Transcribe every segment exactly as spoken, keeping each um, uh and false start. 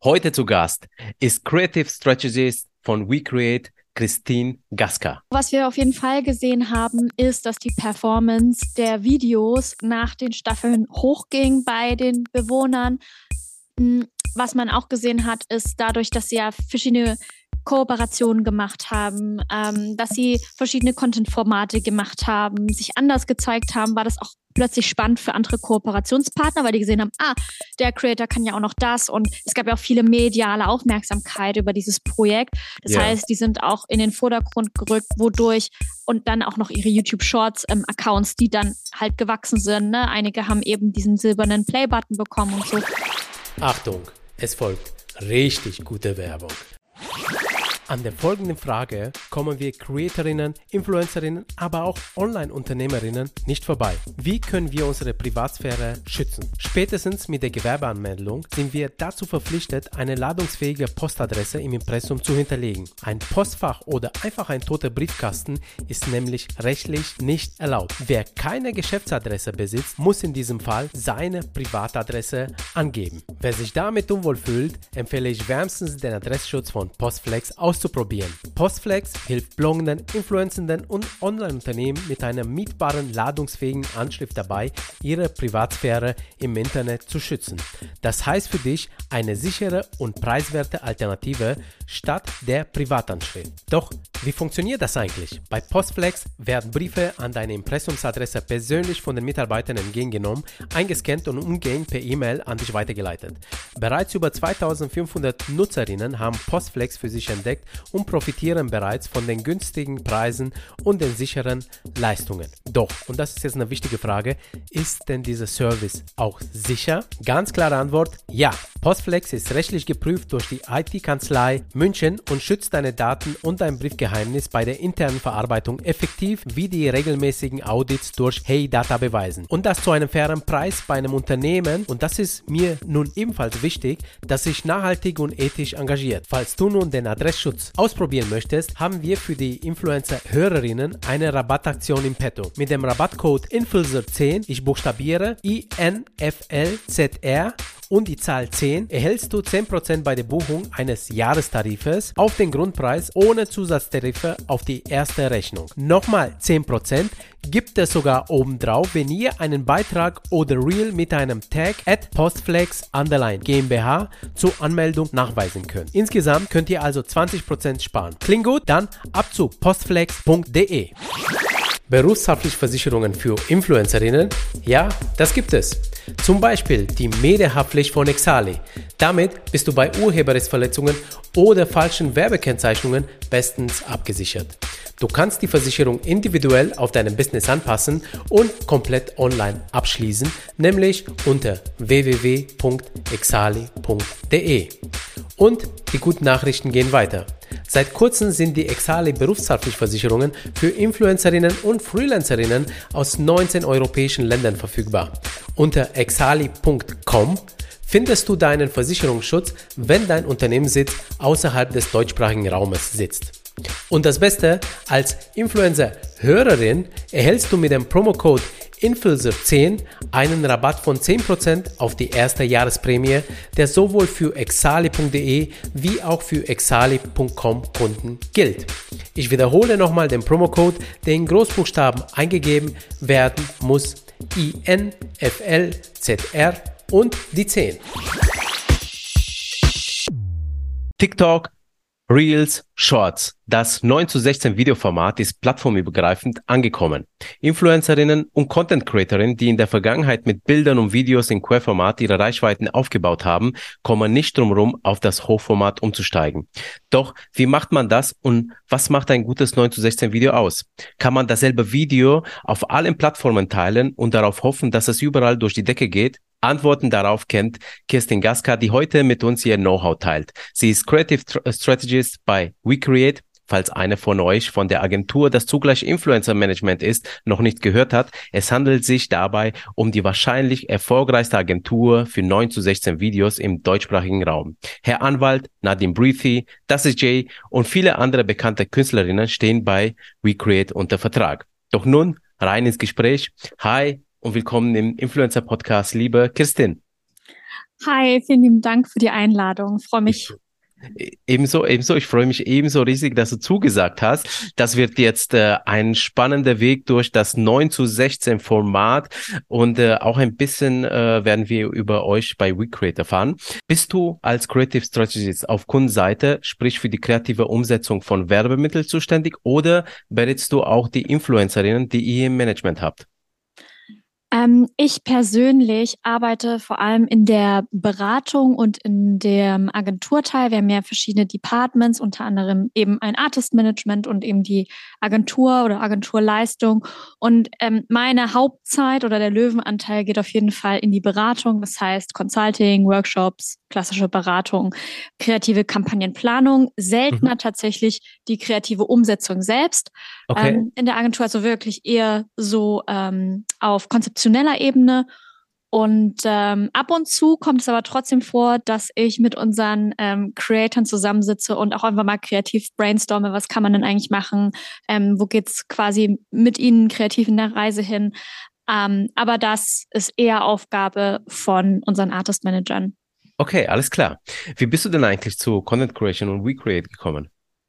Heute zu Gast ist Creative Strategist von WeCreate, Christine Gaska. Was wir auf jeden Fall gesehen haben, ist, dass die Performance der Videos nach den Staffeln hochging bei den Bewohnern. Was man auch gesehen hat, ist dadurch, dass sie ja verschiedene Kooperationen gemacht haben, ähm, dass sie verschiedene Content-Formate gemacht haben, sich anders gezeigt haben, war das auch plötzlich spannend für andere Kooperationspartner, weil die gesehen haben, ah, der Creator kann ja auch noch das, und es gab ja auch viele mediale Aufmerksamkeit über dieses Projekt. Das Ja. heißt, die sind auch in den Vordergrund gerückt, wodurch und dann auch noch ihre YouTube-Shorts-Accounts, ähm, die dann halt gewachsen sind. Ne? Einige haben eben diesen silbernen Play-Button bekommen und so. Achtung, es folgt richtig gute Werbung. An der folgenden Frage kommen wir Creatorinnen, Influencerinnen, aber auch Online-Unternehmerinnen nicht vorbei. Wie können wir unsere Privatsphäre schützen? Spätestens mit der Gewerbeanmeldung sind wir dazu verpflichtet, eine ladungsfähige Postadresse im Impressum zu hinterlegen. Ein Postfach oder einfach ein toter Briefkasten ist nämlich rechtlich nicht erlaubt. Wer keine Geschäftsadresse besitzt, muss in diesem Fall seine Privatadresse angeben. Wer sich damit unwohl fühlt, empfehle ich wärmstens den Adressschutz von Postflex auszuprobieren. Postflex hilft bloggenden, influenzenden und Online-Unternehmen mit einer mietbaren, ladungsfähigen Anschrift dabei, ihre Privatsphäre im Internet zu schützen. Das heißt für dich eine sichere und preiswerte Alternative statt der Privatanschrift. Doch wie funktioniert das eigentlich? Bei Postflex werden Briefe an deine Impressumsadresse persönlich von den Mitarbeitern entgegengenommen, eingescannt und umgehend per E-Mail an dich weitergeleitet. Bereits über zweitausendfünfhundert Nutzerinnen haben Postflex für sich entdeckt und profitieren bereits von den günstigen Preisen und den sicheren Leistungen. Doch, und das ist jetzt eine wichtige Frage, ist denn dieser Service auch sicher? Ganz klare Antwort, ja. Postflex ist rechtlich geprüft durch die I T-Kanzlei München und schützt deine Daten und dein Briefgeheimnis bei der internen Verarbeitung effektiv, wie die regelmäßigen Audits durch Hey Data beweisen. Und das zu einem fairen Preis bei einem Unternehmen, und das ist mir nun ebenfalls wichtig, das sich nachhaltig und ethisch engagiert. Falls du nun den Adressschutz ausprobieren möchtest, haben wir für die Influencer-Hörerinnen eine Rabattaktion im Petto. Mit dem Rabattcode I N F L Z R zehn, ich buchstabiere I N F L Z R und die Zahl zehn, erhältst du zehn Prozent bei der Buchung eines Jahrestarifes auf den Grundpreis ohne Zusatztarife auf die erste Rechnung. Nochmal zehn Prozent gibt es sogar obendrauf, wenn ihr einen Beitrag oder Reel mit einem Tag at Postflex underline GmbH zur Anmeldung nachweisen könnt. Insgesamt könnt ihr also zwanzig Prozent sparen. Klingt gut? Dann ab zu postflex punkt de. Berufshaftpflichtversicherungen für Influencerinnen? Ja, das gibt es. Zum Beispiel die Medienhaftpflicht von Exali. Damit bist du bei Urheberrechtsverletzungen oder falschen Werbekennzeichnungen bestens abgesichert. Du kannst die Versicherung individuell auf dein Business anpassen und komplett online abschließen, nämlich unter w w w punkt exali punkt de. Und die guten Nachrichten gehen weiter. Seit kurzem sind die Exali Berufshaftpflichtversicherungen für Influencerinnen und Freelancerinnen aus neunzehn europäischen Ländern verfügbar. Unter exali punkt com findest du deinen Versicherungsschutz, wenn dein Unternehmenssitz außerhalb des deutschsprachigen Raumes sitzt. Und das Beste, als Influencer-Hörerin erhältst du mit dem Promocode I N F L Z R zehn einen Rabatt von zehn Prozent auf die erste Jahresprämie, der sowohl für exali punkt de wie auch für exali punkt com Kunden gilt. Ich wiederhole nochmal den Promocode, der in Großbuchstaben eingegeben werden muss: I N F L Z R und die zehn. TikTok, Reels, Shorts. Das neun zu sechzehn Videoformat ist plattformübergreifend angekommen. Influencerinnen und Content Creatorinnen, die in der Vergangenheit mit Bildern und Videos in Querformat ihre Reichweiten aufgebaut haben, kommen nicht drum herum, auf das Hochformat umzusteigen. Doch wie macht man das und was macht ein gutes neun zu sechzehn Video aus? Kann man dasselbe Video auf allen Plattformen teilen und darauf hoffen, dass es überall durch die Decke geht? Antworten darauf kennt Christine Gaska, die heute mit uns ihr Know-how teilt. Sie ist Creative Strategist bei WeCreate. Falls einer von euch von der Agentur, das zugleich Influencer Management ist, noch nicht gehört hat, es handelt sich dabei um die wahrscheinlich erfolgreichste Agentur für neun zu sechzehn Videos im deutschsprachigen Raum. Herr Anwalt, Nadim Breathy, das ist Jay und viele andere bekannte Künstlerinnen stehen bei WeCreate unter Vertrag. Doch nun rein ins Gespräch. Hi und willkommen im Influencer-Podcast, liebe Christine. Hi, vielen lieben Dank für die Einladung. Ich freue Ich, mich. ebenso, ebenso. Ich freue mich ebenso riesig, dass du zugesagt hast. Das wird jetzt äh, ein spannender Weg durch das neun zu sechzehn Format und äh, auch ein bisschen äh, werden wir über euch bei WeCreate erfahren. Bist du als Creative Strategist auf Kundenseite, sprich für die kreative Umsetzung von Werbemitteln zuständig oder berätst du auch die Influencerinnen, die ihr im Management habt? Ähm, ich persönlich arbeite vor allem in der Beratung und in dem Agenturteil. Wir haben ja verschiedene Departments, unter anderem eben ein Artist Management und eben die Agentur oder Agenturleistung. Und ähm, meine Hauptzeit oder der Löwenanteil geht auf jeden Fall in die Beratung. Das heißt Consulting, Workshops, klassische Beratung, kreative Kampagnenplanung, Mhm. seltener tatsächlich die kreative Umsetzung selbst. Okay. Ähm, in der Agentur also wirklich eher so ähm, auf konzeptioneller Ebene. Und ähm, ab und zu kommt es aber trotzdem vor, dass ich mit unseren ähm, Creatoren zusammensitze und auch einfach mal kreativ brainstorme, was kann man denn eigentlich machen, ähm, wo geht's quasi mit ihnen kreativ in der Reise hin. Ähm, aber das ist eher Aufgabe von unseren Artist Managern. Okay, alles klar. Wie bist du denn eigentlich zu Content Creation und WeCreate gekommen?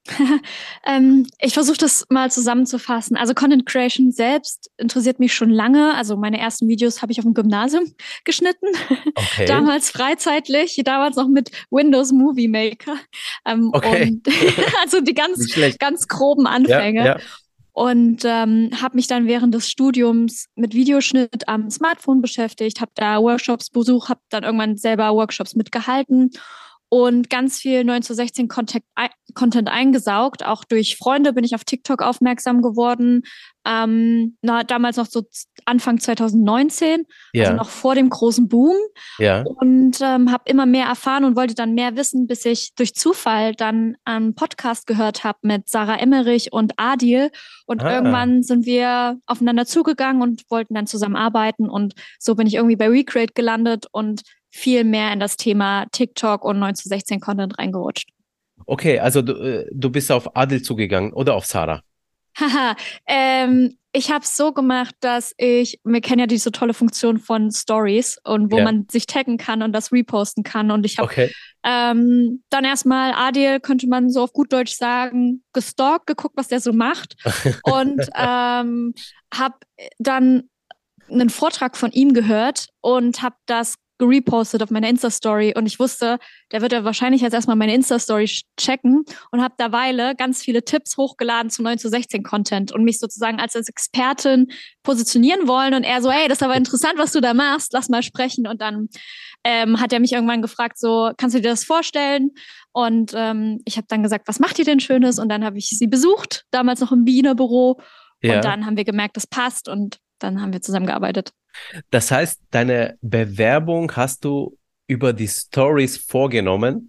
ähm, ich versuche das mal zusammenzufassen. Also Content Creation selbst interessiert mich schon lange. Also meine ersten Videos habe ich auf dem Gymnasium geschnitten, Okay, damals freizeitlich, damals noch mit Windows Movie Maker ähm, okay. und also die ganz Nicht schlecht. ganz groben Ja, Anfänge. ja. Und ähm, habe mich dann während des Studiums mit Videoschnitt am Smartphone beschäftigt, habe da Workshops besucht, habe dann irgendwann selber Workshops mitgehalten und ganz viel neun zu sechzehn Content, Content eingesaugt. Auch durch Freunde bin ich auf TikTok aufmerksam geworden. Ähm, na, damals noch so Anfang zwanzig neunzehn, also Ja, noch vor dem großen Boom. ja. Und ähm, habe immer mehr erfahren und wollte dann mehr wissen, bis ich durch Zufall dann einen Podcast gehört habe mit Sarah Emmerich und Adil. Und Ah, irgendwann sind wir aufeinander zugegangen und wollten dann zusammenarbeiten. Und so bin ich irgendwie bei Recreate gelandet und viel mehr in das Thema TikTok und neun zu sechzehn Content reingerutscht. okay, also du, äh, du bist auf Adel zugegangen oder auf Sarah? Haha, ähm, ich habe es so gemacht, dass ich, wir kennen ja diese tolle Funktion von Stories und wo Ja, man sich taggen kann und das reposten kann. Und ich habe okay. ähm, dann erstmal Adil, könnte man so auf gut Deutsch sagen, gestalkt, geguckt, was der so macht. Und ähm, habe dann einen Vortrag von ihm gehört und habe das gerepostet auf meiner Insta-Story und ich wusste, der wird ja wahrscheinlich jetzt erstmal meine Insta-Story checken und habe derweile ganz viele Tipps hochgeladen zu neun zu sechzehn Content und mich sozusagen als, als Expertin positionieren wollen und er so, hey, das ist aber interessant, was du da machst, lass mal sprechen und dann ähm, hat er mich irgendwann gefragt, so, kannst du dir das vorstellen? Und ähm, ich habe dann gesagt, was macht ihr denn Schönes? Und dann habe ich sie besucht, damals noch im Wiener Büro und Ja, dann haben wir gemerkt, das passt und dann haben wir zusammengearbeitet. das heißt, deine Bewerbung hast du über die Stories vorgenommen.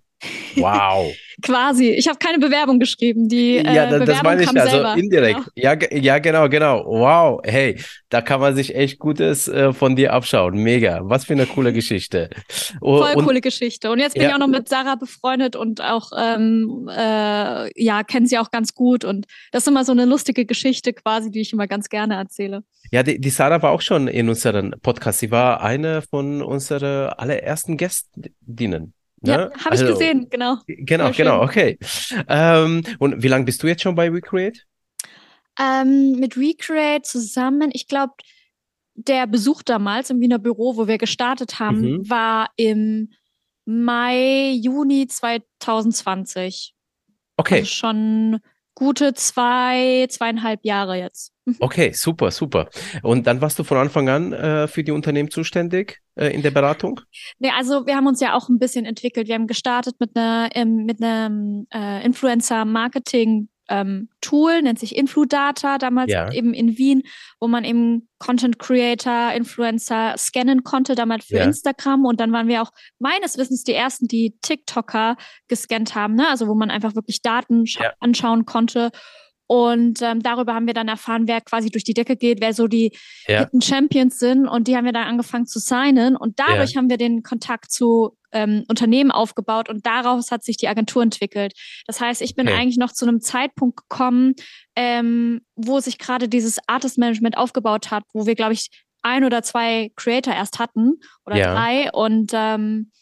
Wow. Quasi. Ich habe keine Bewerbung geschrieben. Die Ja, äh, da- das Bewerbung meine ich, kam also selber. Genau. indirekt. Ja, ge- ja, genau, genau. Wow, hey, da kann man sich echt Gutes äh, von dir abschauen. Mega. Was für eine coole Geschichte. Oh, Voll und coole Geschichte. Und jetzt bin ich ja, auch noch mit Sarah befreundet und auch, ähm, äh, ja, kenne sie auch ganz gut. Und das ist immer so eine lustige Geschichte quasi, die ich immer ganz gerne erzähle. ja, die, die Sarah war auch schon in unserem Podcast. Sie war eine von unseren allerersten Gästinnen. Ja, Ne? habe ich Also, gesehen, genau. genau, Voll genau, schön. okay. Ähm, und wie lange bist du jetzt schon bei WeCreate? Ähm, mit Recreate zusammen, ich glaube, der Besuch damals im Wiener Büro, wo wir gestartet haben, Mhm. war im Mai, Juni zwanzig zwanzig. Also Okay, schon gute zwei, zweieinhalb Jahre jetzt. Mhm. okay, super, super. Und dann warst du von Anfang an äh, für die Unternehmen zuständig äh, in der Beratung? Nee, also wir haben uns ja auch ein bisschen entwickelt. Wir haben gestartet mit einer ähm, mit einem äh, Influencer-Marketing ähm, Tool, nennt sich Infludata, damals Ja, eben in Wien, wo man eben Content Creator, Influencer scannen konnte, damals für ja, Instagram. Und dann waren wir auch meines Wissens die ersten, die TikToker gescannt haben, ne? Also wo man einfach wirklich Daten ja, anschauen konnte. Und ähm, darüber haben wir dann erfahren, wer quasi durch die Decke geht, wer so die ja, Hidden Champions sind. Und die haben wir dann angefangen zu signen. Und ja. dadurch haben wir den Kontakt zu ähm, Unternehmen aufgebaut. Und daraus hat sich die Agentur entwickelt. Das heißt, ich bin Okay, eigentlich noch zu einem Zeitpunkt gekommen, ähm, wo sich gerade dieses Artist Management aufgebaut hat, wo wir, glaube ich, ein oder zwei Creator erst hatten oder ja, drei. Und ähm,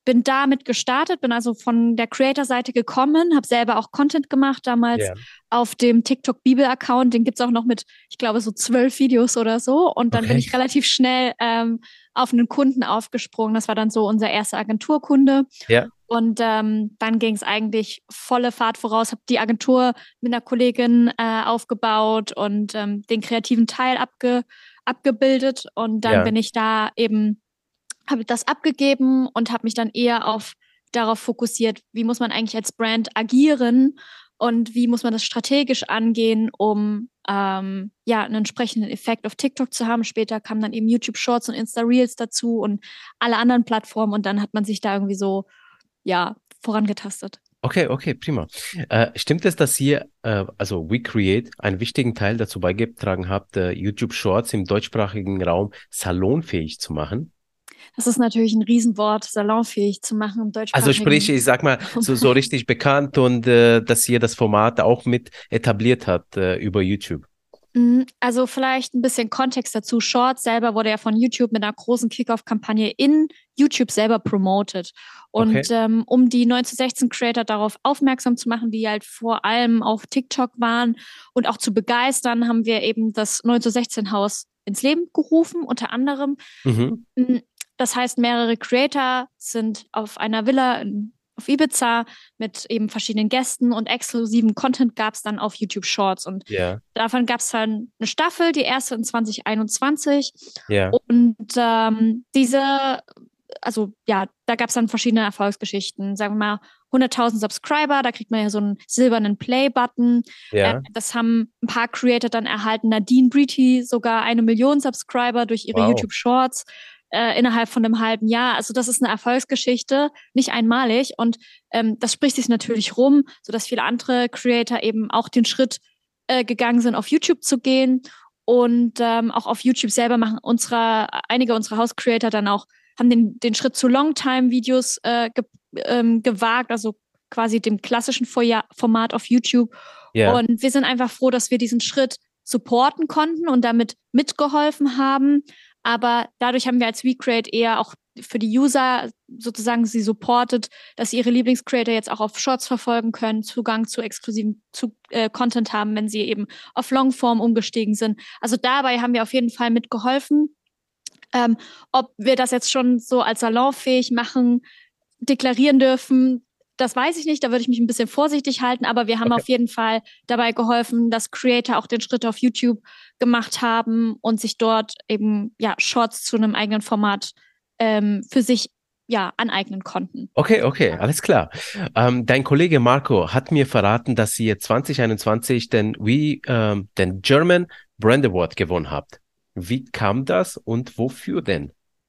bin damit gestartet, bin also von der Creator-Seite gekommen, habe selber auch Content gemacht, damals Ja. auf dem TikTok-Bibel-Account, den gibt's auch noch mit, ich glaube, so zwölf Videos oder so. Und dann Okay. bin ich relativ schnell ähm, auf einen Kunden aufgesprungen. Das war dann so unser erster Agenturkunde. Ja. Und ähm, dann ging es eigentlich volle Fahrt voraus, habe die Agentur mit einer Kollegin äh, aufgebaut und ähm, den kreativen Teil abge abgebildet. Und dann Ja. bin ich da eben, habe das abgegeben und habe mich dann eher auf darauf fokussiert, wie muss man eigentlich als Brand agieren und wie muss man das strategisch angehen, um ähm, ja einen entsprechenden Effekt auf TikTok zu haben. Später kamen dann eben YouTube Shorts und Insta Reels dazu und alle anderen Plattformen und dann hat man sich da irgendwie so ja vorangetastet. Okay, okay, prima. Äh, stimmt es, dass ihr, äh, also WeCreate, einen wichtigen Teil dazu beigetragen habt, äh, YouTube Shorts im deutschsprachigen Raum salonfähig zu machen? Das ist natürlich ein Riesenwort, salonfähig zu machen im Also sprich, deutschsprachigen ich sag mal, Raum. so, so richtig bekannt und äh, dass ihr das Format auch mit etabliert habt äh, über YouTube. Mhm. Also vielleicht ein bisschen Kontext dazu. Shorts selber wurde ja von YouTube mit einer großen Kickoff-Kampagne in YouTube selber promoted. Und Okay. ähm, um die neun zu sechzehn Creator darauf aufmerksam zu machen, die halt vor allem auf TikTok waren und auch zu begeistern, haben wir eben das neun zu sechzehn Haus ins Leben gerufen, unter anderem. Mhm. Das heißt, mehrere Creator sind auf einer Villa in auf Ibiza mit eben verschiedenen Gästen und exklusiven Content gab es dann auf YouTube Shorts. Und Ja, davon gab es dann eine Staffel, die erste in zwanzig einundzwanzig. ja. Und ähm, diese, also ja, da gab es dann verschiedene Erfolgsgeschichten. Sagen wir mal, hunderttausend Subscriber, da kriegt man ja so einen silbernen Play-Button. Ja. Äh, das haben ein paar Creator dann erhalten. Nadine Breety sogar eine Million Subscriber durch ihre Wow. YouTube Shorts. Äh, innerhalb von einem halben Jahr. Also das ist eine Erfolgsgeschichte, nicht einmalig. Und ähm, das spricht sich natürlich rum, sodass viele andere Creator eben auch den Schritt äh, gegangen sind, auf YouTube zu gehen. Und ähm, auch auf YouTube selber machen unsere, einige unserer House-Creator dann auch, haben den, den Schritt zu Longtime-Videos äh, ge ähm, gewagt, also quasi dem klassischen Format auf YouTube. Ja. Und wir sind einfach froh, dass wir diesen Schritt supporten konnten und damit mitgeholfen haben. Aber dadurch haben wir als WeCreate eher auch für die User sozusagen sie supportet, dass sie ihre Lieblingscreator jetzt auch auf Shorts verfolgen können, Zugang zu exklusiven zu, äh, Content haben, wenn sie eben auf Longform umgestiegen sind. Also dabei haben wir auf jeden Fall mitgeholfen. Ähm, ob wir das jetzt schon so als salonfähig machen, deklarieren dürfen, das weiß ich nicht, da würde ich mich ein bisschen vorsichtig halten, aber wir haben Okay. auf jeden Fall dabei geholfen, dass Creator auch den Schritt auf YouTube gemacht haben und sich dort eben ja Shorts zu einem eigenen Format ähm, für sich ja aneignen konnten. Okay, okay, alles klar. Ähm, dein Kollege Marco hat mir verraten, dass ihr zwanzig einundzwanzig den, We, ähm, den German Brand Award gewonnen habt. Wie kam das und wofür denn?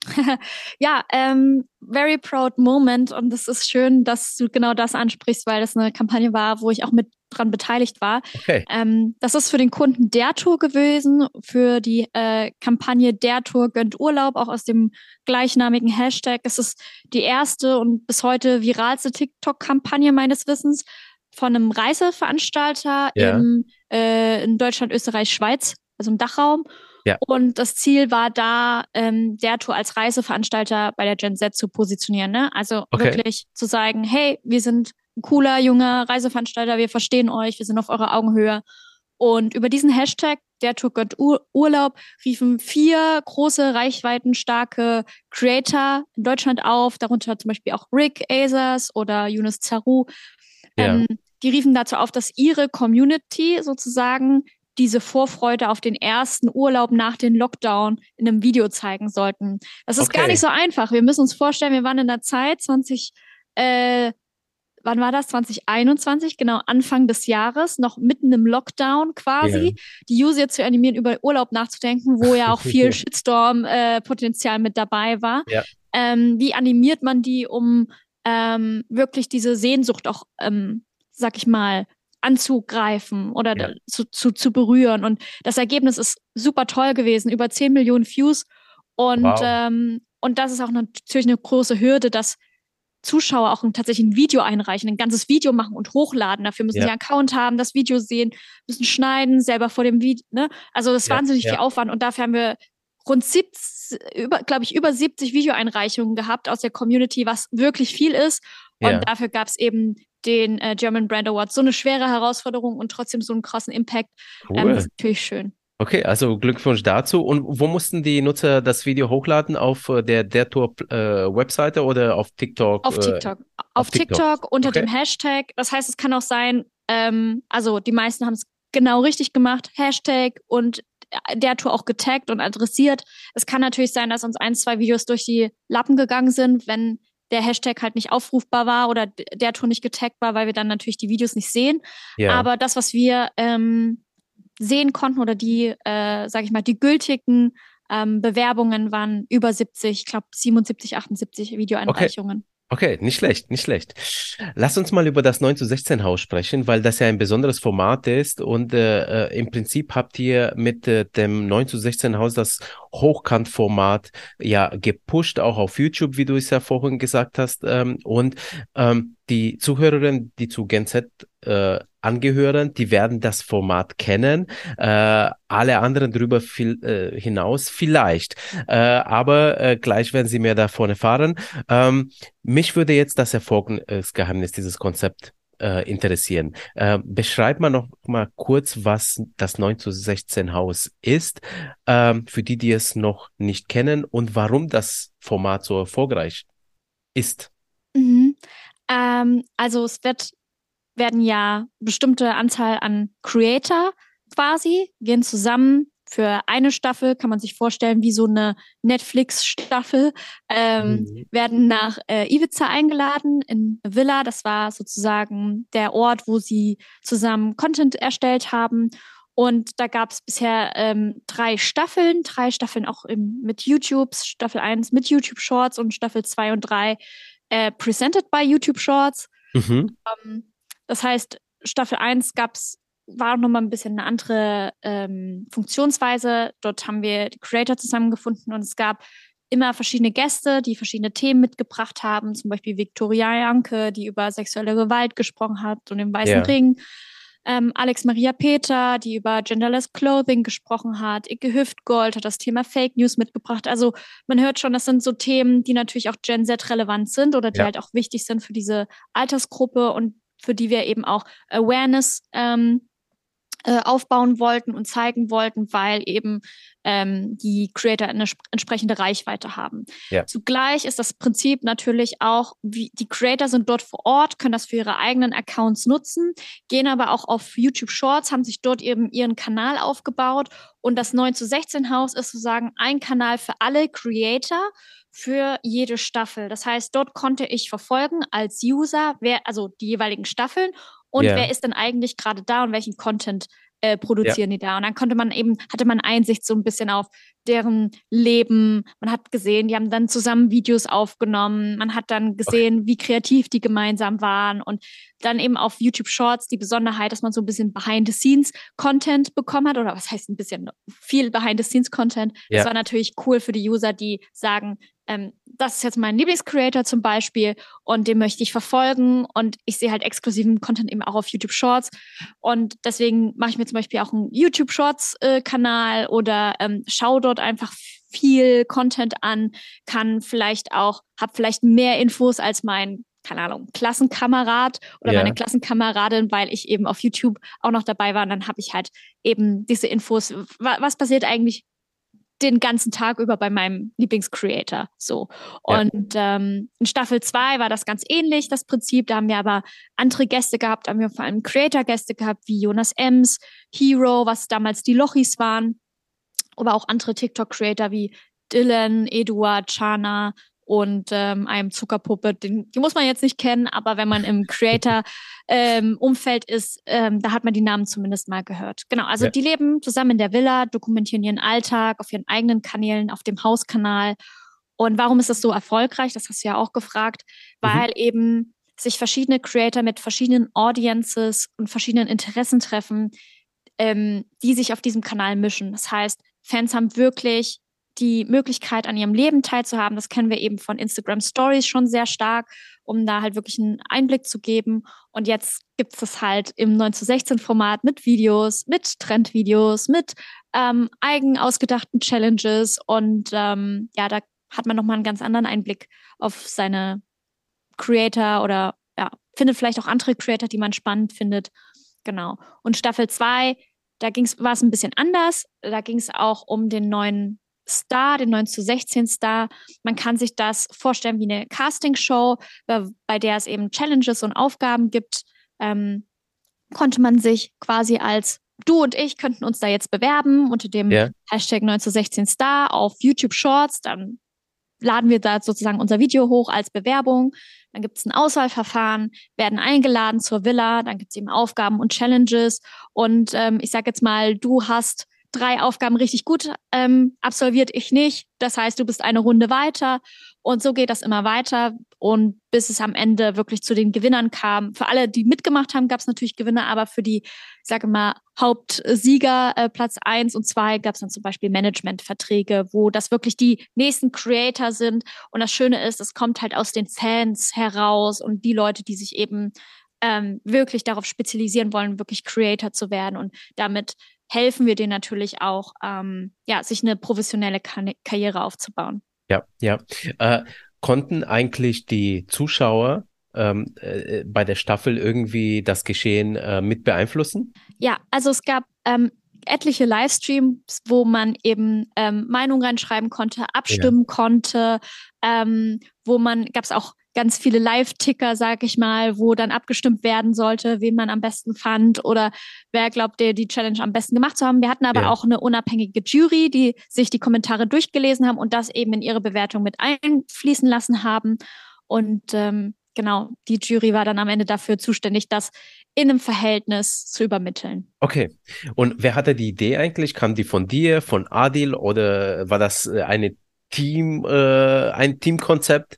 Ja, ähm, very proud moment und es ist schön, dass du genau das ansprichst, weil das eine Kampagne war, wo ich auch mit dran beteiligt war. Okay. Ähm, das ist für den Kunden der Tour gewesen, für die äh, Kampagne der Tour gönnt Urlaub, auch aus dem gleichnamigen Hashtag. Es ist die erste und bis heute viralste TikTok-Kampagne meines Wissens von einem Reiseveranstalter Ja. im, äh, in Deutschland, Österreich, Schweiz, also im Dachraum. Ja. Und das Ziel war da, ähm, der Tour als Reiseveranstalter bei der Gen Z zu positionieren. Ne? Also Okay. wirklich zu sagen, hey, wir sind ein cooler, junger Reiseveranstalter, wir verstehen euch, wir sind auf eurer Augenhöhe. Und über diesen Hashtag, der Tour gönnt Ur Urlaub, riefen vier große, reichweitenstarke Creator in Deutschland auf, darunter zum Beispiel auch Rick Azers oder Yunus Zaru. Ja. Ähm, die riefen dazu auf, dass ihre Community sozusagen diese Vorfreude auf den ersten Urlaub nach dem Lockdown in einem Video zeigen sollten. Das ist Okay. gar nicht so einfach. Wir müssen uns vorstellen, wir waren in der Zeit zwanzig, äh, wann war das? zwanzig einundzwanzig, genau Anfang des Jahres, noch mitten im Lockdown quasi, Ja. die User zu animieren, über Urlaub nachzudenken, wo ja auch viel Shitstorm-Potenzial mit dabei war. Ja. Ähm, wie animiert man die, um ähm, wirklich diese Sehnsucht auch, ähm, sag ich mal, anzugreifen oder Ja. zu, zu, zu berühren. Und das Ergebnis ist super toll gewesen, über zehn Millionen Views. Und, Wow. ähm, und das ist auch natürlich eine große Hürde, dass Zuschauer auch ein, tatsächlich ein Video einreichen, ein ganzes Video machen und hochladen. Dafür müssen Ja. sie einen Account haben, das Video sehen, müssen schneiden, selber vor dem Video. Ne? Also das ist Ja, wahnsinnig ja. viel Aufwand und dafür haben wir rund siebzig, über, glaube ich, über siebzig Videoeinreichungen gehabt aus der Community, was wirklich viel ist. Und Ja. dafür gab es eben den äh, German Brand Award. So eine schwere Herausforderung und trotzdem so einen krassen Impact. Ähm, das Cool. ist natürlich schön. Okay, also Glückwunsch dazu. Und wo mussten die Nutzer das Video hochladen? Auf äh, der der Tour äh, Webseite oder auf TikTok? Auf Äh, TikTok. auf Auf TikTok. TikTok unter Okay. dem Hashtag. Das heißt, es kann auch sein, ähm, also die meisten haben es genau richtig gemacht. Hashtag und der Tour auch getaggt und adressiert. Es kann natürlich sein, dass uns ein, zwei Videos durch die Lappen gegangen sind, wenn der Hashtag halt nicht aufrufbar war oder der Tour nicht getaggt war, weil wir dann natürlich die Videos nicht sehen. Ja. Aber das, was wir ähm, sehen konnten oder die, äh, sage ich mal, die gültigen ähm, Bewerbungen waren über siebzig, ich glaube siebenundsiebzig, achtundsiebzig Videoeinreichungen. Okay, nicht schlecht, nicht schlecht. Lass uns mal über das neun zu sechzehn Haus sprechen, weil das ja ein besonderes Format ist und äh, äh, im Prinzip habt ihr mit äh, dem neun zu sechzehn Haus das Hochkant-Format ja gepusht, auch auf YouTube, wie du es ja vorhin gesagt hast. Ähm, und ähm, die Zuhörerinnen, die zu Gen Z äh, angehören, die werden das Format kennen. Äh, alle anderen darüber viel, äh, hinaus vielleicht. Äh, aber äh, gleich werden sie mehr davon erfahren. Ähm, mich würde jetzt das Erfolgsgeheimnis dieses Konzept äh, interessieren. Äh, beschreib mal noch mal kurz, was das neun zu sechzehn Haus ist, ähm, für die, die es noch nicht kennen und warum das Format so erfolgreich ist. Mhm. Ähm, also es wird, werden ja bestimmte Anzahl an Creator quasi, gehen zusammen für eine Staffel, kann man sich vorstellen, wie so eine Netflix-Staffel, ähm, Mhm. werden nach äh, Ibiza eingeladen in eine Villa. Das war sozusagen der Ort, wo sie zusammen Content erstellt haben. Und da gab es bisher ähm, drei Staffeln, drei Staffeln auch im, mit YouTube, Staffel eins mit YouTube Shorts und Staffel zwei und drei äh, presented by YouTube Shorts. Mhm. Ähm, das heißt, Staffel eins gab's, war auch nochmal ein bisschen eine andere ähm, Funktionsweise. Dort haben wir die Creator zusammengefunden und es gab immer verschiedene Gäste, die verschiedene Themen mitgebracht haben. Zum Beispiel Viktoria Janke, die über sexuelle Gewalt gesprochen hat und den Weißen Ja. Ring. Ähm, Alex Maria Peter, die über Genderless Clothing gesprochen hat. Icke Hüftgold hat das Thema Fake News mitgebracht. Also man hört schon, das sind so Themen, die natürlich auch Gen Z relevant sind oder die Ja. halt auch wichtig sind für diese Altersgruppe und für die wir eben auch Awareness ähm, äh, aufbauen wollten und zeigen wollten, weil eben ähm, die Creator eine sp- entsprechende Reichweite haben. Ja. Zugleich ist das Prinzip natürlich auch, wie die Creator sind dort vor Ort, können das für ihre eigenen Accounts nutzen, gehen aber auch auf YouTube Shorts, haben sich dort eben ihren Kanal aufgebaut und das neun zu sechzehn Haus ist sozusagen ein Kanal für alle Creator für jede Staffel. Das heißt, dort konnte ich verfolgen als User, wer, also die jeweiligen Staffeln und Ja. wer ist denn eigentlich gerade da und welchen Content äh, Ja. produzieren die da. Und dann konnte man eben, hatte man Einsicht so ein bisschen auf deren Leben. Man hat gesehen, die haben dann zusammen Videos aufgenommen. Man hat dann gesehen, wie kreativ die gemeinsam waren. Und dann eben auf YouTube Shorts die Besonderheit, dass man so ein bisschen Behind-the-Scenes-Content bekommen hat. Oder was heißt ein bisschen viel Behind-the-Scenes-Content. Das Ja. war natürlich cool für die User, die sagen, ähm, das ist jetzt mein Lieblingscreator zum Beispiel und den möchte ich verfolgen und ich sehe halt exklusiven Content eben auch auf YouTube Shorts und deswegen mache ich mir zum Beispiel auch einen YouTube Shorts äh, Kanal oder ähm, schaue dort einfach viel Content an, kann vielleicht auch, habe vielleicht mehr Infos als mein keine Ahnung, Klassenkamerad oder Ja. meine Klassenkameradin, weil ich eben auf YouTube auch noch dabei war und dann habe ich halt eben diese Infos, wa- was passiert eigentlich den ganzen Tag über bei meinem Lieblingscreator. So. Ja. Und ähm, in Staffel zwei war das ganz ähnlich, das Prinzip. Da haben wir aber andere Gäste gehabt, da haben wir vor allem Creator-Gäste gehabt, wie Jonas Ems, Hero, was damals die Lochis waren, aber auch andere TikTok-Creator wie Dylan, Eduard, Chana und ähm, einem Zuckerpuppe. Den, die muss man jetzt nicht kennen, aber wenn man im Creator-Umfeld ähm, ist, ähm, da hat man die Namen zumindest mal gehört. Genau, also Ja. die leben zusammen in der Villa, dokumentieren ihren Alltag auf ihren eigenen Kanälen, auf dem Hauskanal. Und warum ist das so erfolgreich? Das hast du ja auch gefragt, weil Mhm. eben sich verschiedene Creator mit verschiedenen Audiences und verschiedenen Interessen treffen, ähm, die sich auf diesem Kanal mischen. Das heißt, Fans haben wirklich die Möglichkeit, an ihrem Leben teilzuhaben. Das kennen wir eben von Instagram Stories schon sehr stark. um da halt wirklich einen Einblick zu geben. Und jetzt gibt es das halt im neun zu sechzehn Format mit Videos, mit Trendvideos, mit ähm, eigen ausgedachten Challenges. Und ähm, ja, da hat man nochmal einen ganz anderen Einblick auf seine Creator oder ja, findet vielleicht auch andere Creator, die man spannend findet. Genau. Und Staffel zwei, da ging's, war es ein bisschen anders. Da ging es auch um den neuen Star, den neun zu sechzehn Star. Man kann sich das vorstellen wie eine Castingshow, bei, bei der es eben Challenges und Aufgaben gibt. Ähm, konnte man sich quasi als du und ich könnten uns da jetzt bewerben unter dem Ja. Hashtag neun zu sechzehn Star auf YouTube Shorts. Dann laden wir da sozusagen unser Video hoch als Bewerbung. Dann gibt es ein Auswahlverfahren, werden eingeladen zur Villa, dann gibt es eben Aufgaben und Challenges. Und ähm, ich sage jetzt mal, du hast drei Aufgaben richtig gut ähm, absolviert, ich nicht. Das heißt, du bist eine Runde weiter. Und so geht das immer weiter. Und bis es am Ende wirklich zu den Gewinnern kam. Für alle, die mitgemacht haben, gab es natürlich Gewinner, aber für die, ich sage mal, Hauptsieger, äh, Platz eins und zwei, gab es dann zum Beispiel Managementverträge, wo das wirklich die nächsten Creator sind. Und das Schöne ist, es kommt halt aus den Fans heraus und die Leute, die sich eben ähm, wirklich darauf spezialisieren wollen, wirklich Creator zu werden. Und damit helfen wir denen natürlich auch, ähm, ja, sich eine professionelle Kan- Karriere aufzubauen. Ja, ja. Äh, konnten eigentlich die Zuschauer ähm, äh, bei der Staffel irgendwie das Geschehen äh, mit beeinflussen? Ja, also es gab ähm, etliche Livestreams, wo man eben ähm, Meinung reinschreiben konnte, abstimmen ja. konnte, ähm, wo man, gab es auch ganz viele Live-Ticker, sag ich mal, wo dann abgestimmt werden sollte, wen man am besten fand oder wer glaubt, der die Challenge am besten gemacht zu haben. Wir hatten aber ja. auch eine unabhängige Jury, die sich die Kommentare durchgelesen haben und das eben in ihre Bewertung mit einfließen lassen haben. Und ähm, genau, die Jury war dann am Ende dafür zuständig, das in einem Verhältnis zu übermitteln. Okay. Und wer hatte die Idee eigentlich? Kam die von dir, von Adil oder war das eine Team, äh, ein Teamkonzept?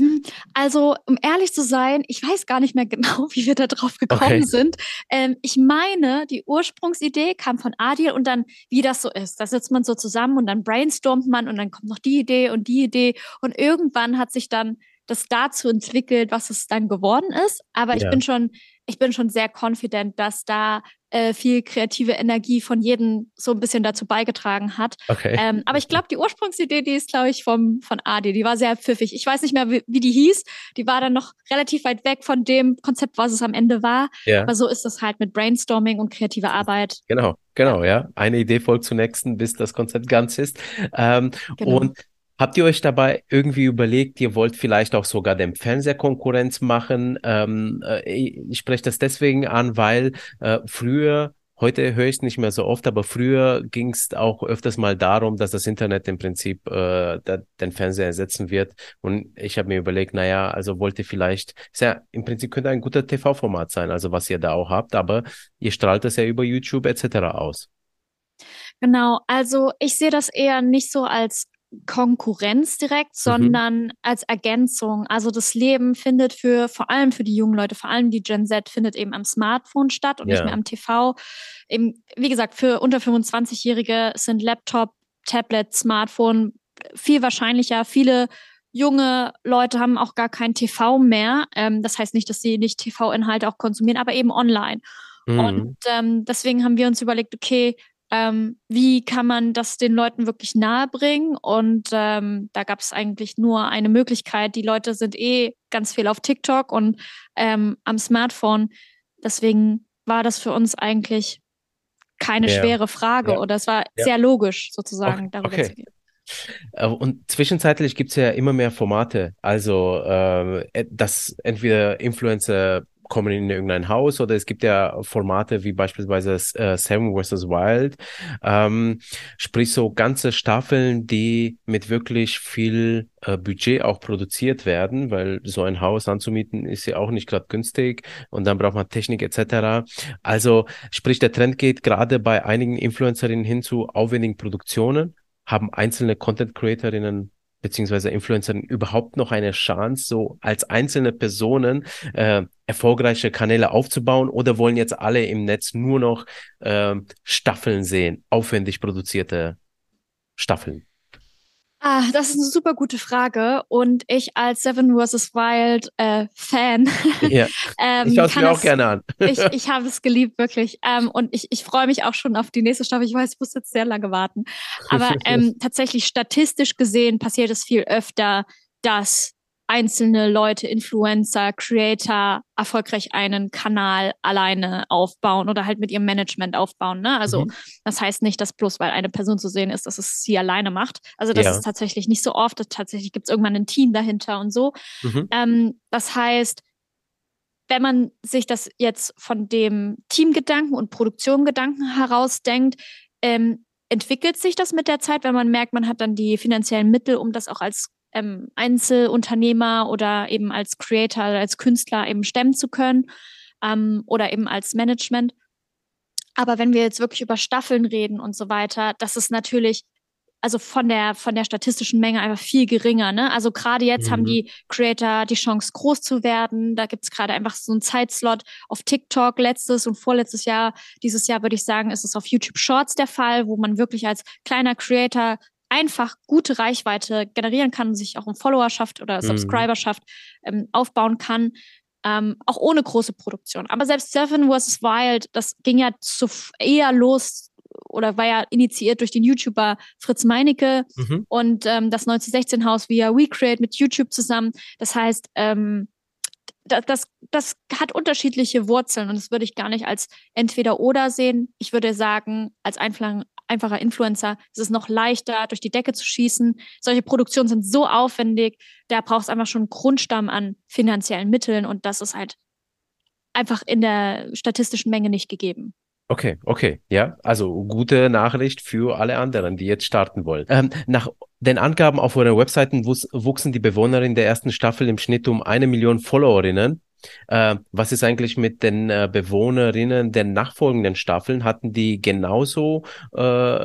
Also, um ehrlich zu sein, ich weiß gar nicht mehr genau, wie wir da drauf gekommen okay. sind. Ähm, ich meine, die Ursprungsidee kam von Adil und dann, wie das so ist, da sitzt man so zusammen und dann brainstormt man und dann kommt noch die Idee und die Idee und irgendwann hat sich dann das dazu entwickelt, was es dann geworden ist. Aber ja. ich bin schon, ich bin schon sehr confident, dass da äh, viel kreative Energie von jedem so ein bisschen dazu beigetragen hat. Okay. Ähm, aber ich glaube, die Ursprungsidee, die ist, glaube ich, vom, von Adi. Die war sehr pfiffig. Ich weiß nicht mehr, wie, wie die hieß. Die war dann noch relativ weit weg von dem Konzept, was es am Ende war. Ja. Aber so ist das halt mit Brainstorming und kreativer Arbeit. Genau, genau, ja. ja. Eine Idee folgt zur nächsten, bis das Konzept ganz ist. Ähm, genau. Und habt ihr euch dabei irgendwie überlegt, ihr wollt vielleicht auch sogar dem Fernseher Konkurrenz machen? Ähm, äh, ich spreche das deswegen an, weil äh, früher, heute höre ich es nicht mehr so oft, aber früher ging es auch öfters mal darum, dass das Internet im Prinzip äh, da, den Fernseher ersetzen wird. Und ich habe mir überlegt, naja, also wollt ihr vielleicht, ist ja, im Prinzip könnte ein guter T V-Format sein, also was ihr da auch habt, aber ihr strahlt das ja über YouTube et cetera aus. Genau, also ich sehe das eher nicht so als Konkurrenz direkt, sondern mhm. als Ergänzung. Also das Leben findet für, vor allem für die jungen Leute, vor allem die Gen Z, findet eben am Smartphone statt und ja. nicht mehr am T V. Eben, wie gesagt, für unter fünfundzwanzigjährige sind Laptop, Tablet, Smartphone viel wahrscheinlicher. Viele junge Leute haben auch gar kein T V mehr. Ähm, das heißt nicht, dass sie nicht T V-Inhalte auch konsumieren, aber eben online. Mhm. Und ähm, deswegen haben wir uns überlegt, okay, Ähm, wie kann man das den Leuten wirklich nahe bringen? Und ähm, da gab es eigentlich nur eine Möglichkeit. Die Leute sind eh ganz viel auf TikTok und ähm, am Smartphone. Deswegen war das für uns eigentlich keine ja. schwere Frage ja. oder es war ja. sehr logisch sozusagen, okay. darüber okay. zu gehen. Und zwischenzeitlich gibt es ja immer mehr Formate. Also, äh, dass entweder Influencer kommen in irgendein Haus oder es gibt ja Formate wie beispielsweise äh, Seven versus. Wild, ähm, sprich so ganze Staffeln, die mit wirklich viel äh, Budget auch produziert werden, weil so ein Haus anzumieten ist ja auch nicht gerade günstig und dann braucht man Technik et cetera. Also sprich, der Trend geht gerade bei einigen Influencerinnen hin zu aufwendigen Produktionen. Haben einzelne Content-Creatorinnen beziehungsweise Influencerinnen überhaupt noch eine Chance, so als einzelne Personen äh, erfolgreiche Kanäle aufzubauen oder wollen jetzt alle im Netz nur noch äh, Staffeln sehen, aufwendig produzierte Staffeln? Ah, das ist eine super gute Frage und ich als Seven versus. Wild äh, Fan Ja, ich ähm, schaue es kann mir auch das, gerne an. ich, ich habe es geliebt, wirklich. Ähm, und ich, ich freue mich auch schon auf die nächste Staffel. Ich weiß, ich muss jetzt sehr lange warten. Aber ähm, tatsächlich statistisch gesehen passiert es viel öfter, dass einzelne Leute, Influencer, Creator erfolgreich einen Kanal alleine aufbauen oder halt mit ihrem Management aufbauen. Ne? Also Mhm. das heißt nicht, dass bloß weil eine Person zu sehen ist, dass es sie alleine macht. Also das ist Ja. tatsächlich nicht so oft. Tatsächlich gibt es irgendwann ein Team dahinter und so. Mhm. Ähm, das heißt, wenn man sich das jetzt von dem Teamgedanken und Produktiongedanken herausdenkt, ähm, entwickelt sich das mit der Zeit, wenn man merkt, man hat dann die finanziellen Mittel, um das auch als ähm, Einzelunternehmer oder eben als Creator oder als Künstler eben stemmen zu können ähm, oder eben als Management. Aber wenn wir jetzt wirklich über Staffeln reden und so weiter, das ist natürlich also von der, von der statistischen Menge einfach viel geringer. Ne? Also gerade jetzt haben Mhm. die Creator die Chance, groß zu werden. Da gibt es gerade einfach so einen Zeitslot auf TikTok letztes und vorletztes Jahr. Dieses Jahr würde ich sagen, ist es auf YouTube Shorts der Fall, wo man wirklich als kleiner Creator einfach gute Reichweite generieren kann und sich auch eine Followerschaft oder Mhm. Subscriberschaft ähm, aufbauen kann. Ähm, auch ohne große Produktion. Aber selbst Seven versus. Wild, das ging ja zu, eher los oder war ja initiiert durch den YouTuber Fritz Meinecke Mhm. und ähm, das neunzehn Haus via WeCreate mit YouTube zusammen. Das heißt, ähm, das, das, das hat unterschiedliche Wurzeln und das würde ich gar nicht als entweder oder sehen. Ich würde sagen, als einfach, einfacher Influencer ist es noch leichter, durch die Decke zu schießen. Solche Produktionen sind so aufwendig, da braucht es einfach schon einen Grundstamm an finanziellen Mitteln und das ist halt einfach in der statistischen Menge nicht gegeben. Okay, okay, ja, also gute Nachricht für alle anderen, die jetzt starten wollen. Ähm, nach den Angaben auf euren Webseiten wuchs, wuchsen die Bewohnerinnen der ersten Staffel im Schnitt um eine Million Followerinnen. Äh, was ist eigentlich mit den äh, Bewohnerinnen der nachfolgenden Staffeln? Hatten die genauso äh,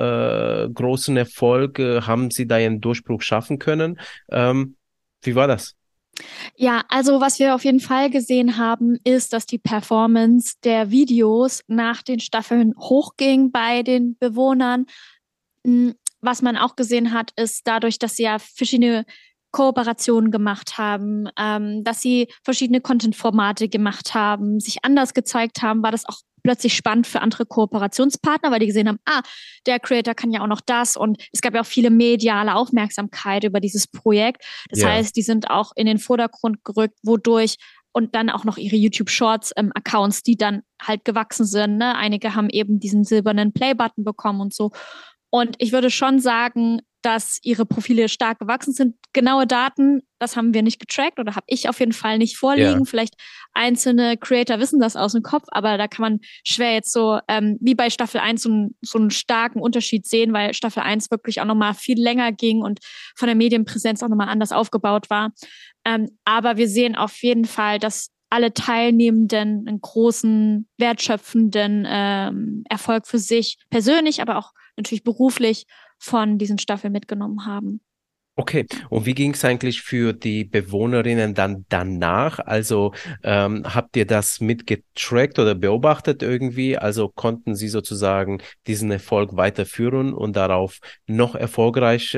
äh, großen Erfolg? Äh, haben sie da einen Durchbruch schaffen können? Ähm, wie war das? Ja, also was wir auf jeden Fall gesehen haben, ist, dass die Performance der Videos nach den Staffeln hochging bei den Bewohnern. Mm, Was man auch gesehen hat, ist dadurch, dass sie ja verschiedene Kooperationen gemacht haben, ähm, dass sie verschiedene Content-Formate gemacht haben, sich anders gezeigt haben, war das auch plötzlich spannend für andere Kooperationspartner, weil die gesehen haben, ah, der Creator kann ja auch noch das und es gab ja auch viele mediale Aufmerksamkeit über dieses Projekt. Das Ja. heißt, die sind auch in den Vordergrund gerückt, wodurch und dann auch noch ihre YouTube Shorts ähm, Accounts, die dann halt gewachsen sind. Ne? Einige haben eben diesen silbernen Play-Button bekommen und so. Und ich würde schon sagen, dass ihre Profile stark gewachsen sind. Genaue Daten, das haben wir nicht getrackt oder habe ich auf jeden Fall nicht Ja. vorliegen. Vielleicht einzelne Creator wissen das aus dem Kopf, aber da kann man schwer jetzt so ähm, wie bei Staffel eins so, einen- so einen starken Unterschied sehen, weil Staffel eins wirklich auch nochmal viel länger ging und von der Medienpräsenz auch nochmal anders aufgebaut war. Ähm, aber wir sehen auf jeden Fall, dass alle Teilnehmenden einen großen, wertschöpfenden ähm, Erfolg für sich persönlich, aber auch natürlich beruflich von diesen Staffeln mitgenommen haben. Okay, und wie ging es eigentlich für die Bewohnerinnen dann danach? Also ähm, habt ihr das mitgetrackt oder beobachtet irgendwie? Also konnten sie sozusagen diesen Erfolg weiterführen und darauf noch erfolgreicher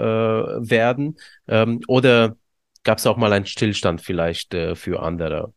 äh, werden? Ähm, oder gab es auch mal einen Stillstand vielleicht äh, für andere?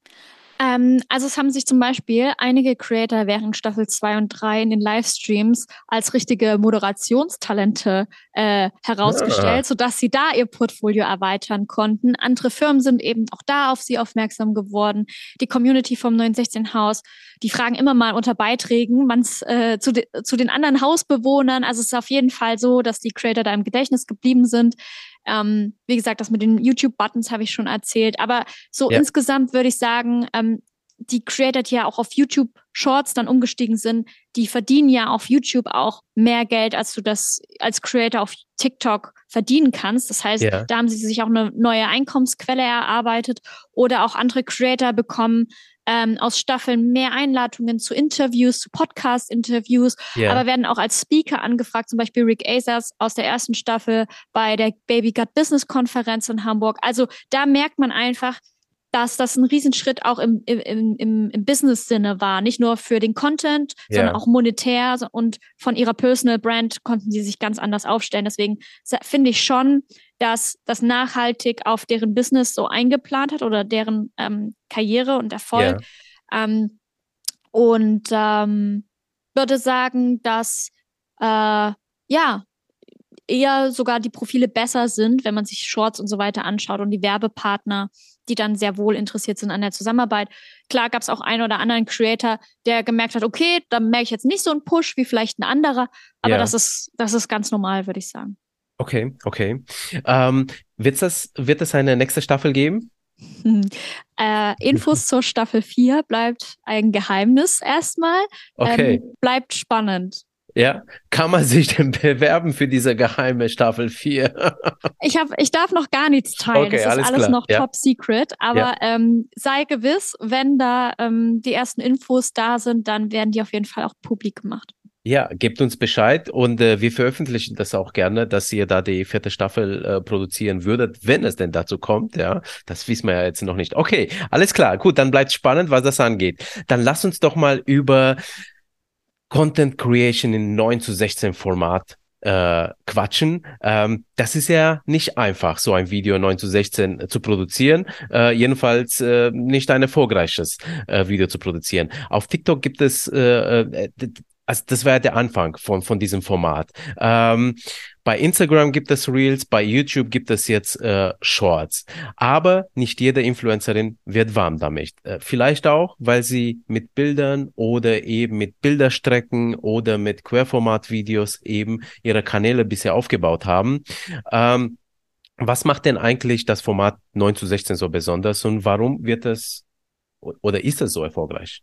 Ähm, also es haben sich zum Beispiel einige Creator während Staffel zwei und drei in den Livestreams als richtige Moderationstalente äh, Ah, herausgestellt, sodass sie da ihr Portfolio erweitern konnten. Andere Firmen sind eben auch da auf sie aufmerksam geworden. Die Community vom neun sechzehn Haus, die fragen immer mal unter Beiträgen man's, äh, zu, de zu den anderen Hausbewohnern. Also es ist auf jeden Fall so, dass die Creator da im Gedächtnis geblieben sind. Ähm, wie gesagt, das mit den YouTube-Buttons habe ich schon erzählt. Aber so ja, insgesamt würde ich sagen, ähm, die Creator, die ja auch auf YouTube Shorts dann umgestiegen sind, die verdienen ja auf YouTube auch mehr Geld, als du das als Creator auf TikTok verdienen kannst. Das heißt, ja, da haben sie sich auch eine neue Einkommensquelle erarbeitet oder auch andere Creator bekommen ähm, aus Staffeln mehr Einladungen zu Interviews, zu Podcast-Interviews, ja. aber werden auch als Speaker angefragt, zum Beispiel Rick Asers aus der ersten Staffel bei der Baby Gut Business Konferenz in Hamburg. Also da merkt man einfach, dass das ein Riesenschritt auch im, im, im, im Business-Sinne war. Nicht nur für den Content, ja. sondern auch monetär, und von ihrer Personal Brand konnten sie sich ganz anders aufstellen. Deswegen finde ich schon, dass das nachhaltig auf deren Business so eingeplant hat oder deren ähm, Karriere und Erfolg. Ja. Ähm, und ähm, würde sagen, dass äh, ja, eher sogar die Profile besser sind, wenn man sich Shorts und so weiter anschaut und die Werbepartner, die dann sehr wohl interessiert sind an der Zusammenarbeit. Klar gab es auch einen oder anderen Creator, der gemerkt hat, okay, da merke ich jetzt nicht so einen Push wie vielleicht ein anderer, aber ja. das ist, das ist ganz normal, würde ich sagen. Okay, okay. Ähm, wird's das, wird es eine nächste Staffel geben? Hm. Äh, Infos zur Staffel vier bleibt ein Geheimnis erstmal. Okay. Ähm, bleibt spannend. Ja, kann man sich denn bewerben für diese geheime Staffel vier? ich, hab, ich darf noch gar nichts teilen. Okay, das ist alles, alles klar. noch ja. top secret. Aber ja. ähm, sei gewiss, wenn da ähm, die ersten Infos da sind, dann werden die auf jeden Fall auch publik gemacht. Ja, gebt uns Bescheid und äh, wir veröffentlichen das auch gerne, dass ihr da die vierte Staffel äh, produzieren würdet, wenn es denn dazu kommt. Ja, das wissen wir ja jetzt noch nicht. Okay, alles klar. Gut, dann bleibt spannend, was das angeht. Dann lass uns doch mal über Content Creation in neun zu sechzehn Format äh, quatschen. Ähm, das ist ja nicht einfach, so ein Video neun zu sechzehn zu produzieren. Äh, jedenfalls äh, nicht ein erfolgreiches äh, Video zu produzieren. Auf TikTok gibt es äh, äh, Also das war ja der Anfang von, von diesem Format. Ähm, bei Instagram gibt es Reels, bei YouTube gibt es jetzt äh, Shorts. Aber nicht jede Influencerin wird warm damit. Äh, vielleicht auch, weil sie mit Bildern oder eben mit Bilderstrecken oder mit Querformat-Videos eben ihre Kanäle bisher aufgebaut haben. Ähm, was macht denn eigentlich das Format neun zu sechzehn so besonders und warum wird es oder ist es so erfolgreich?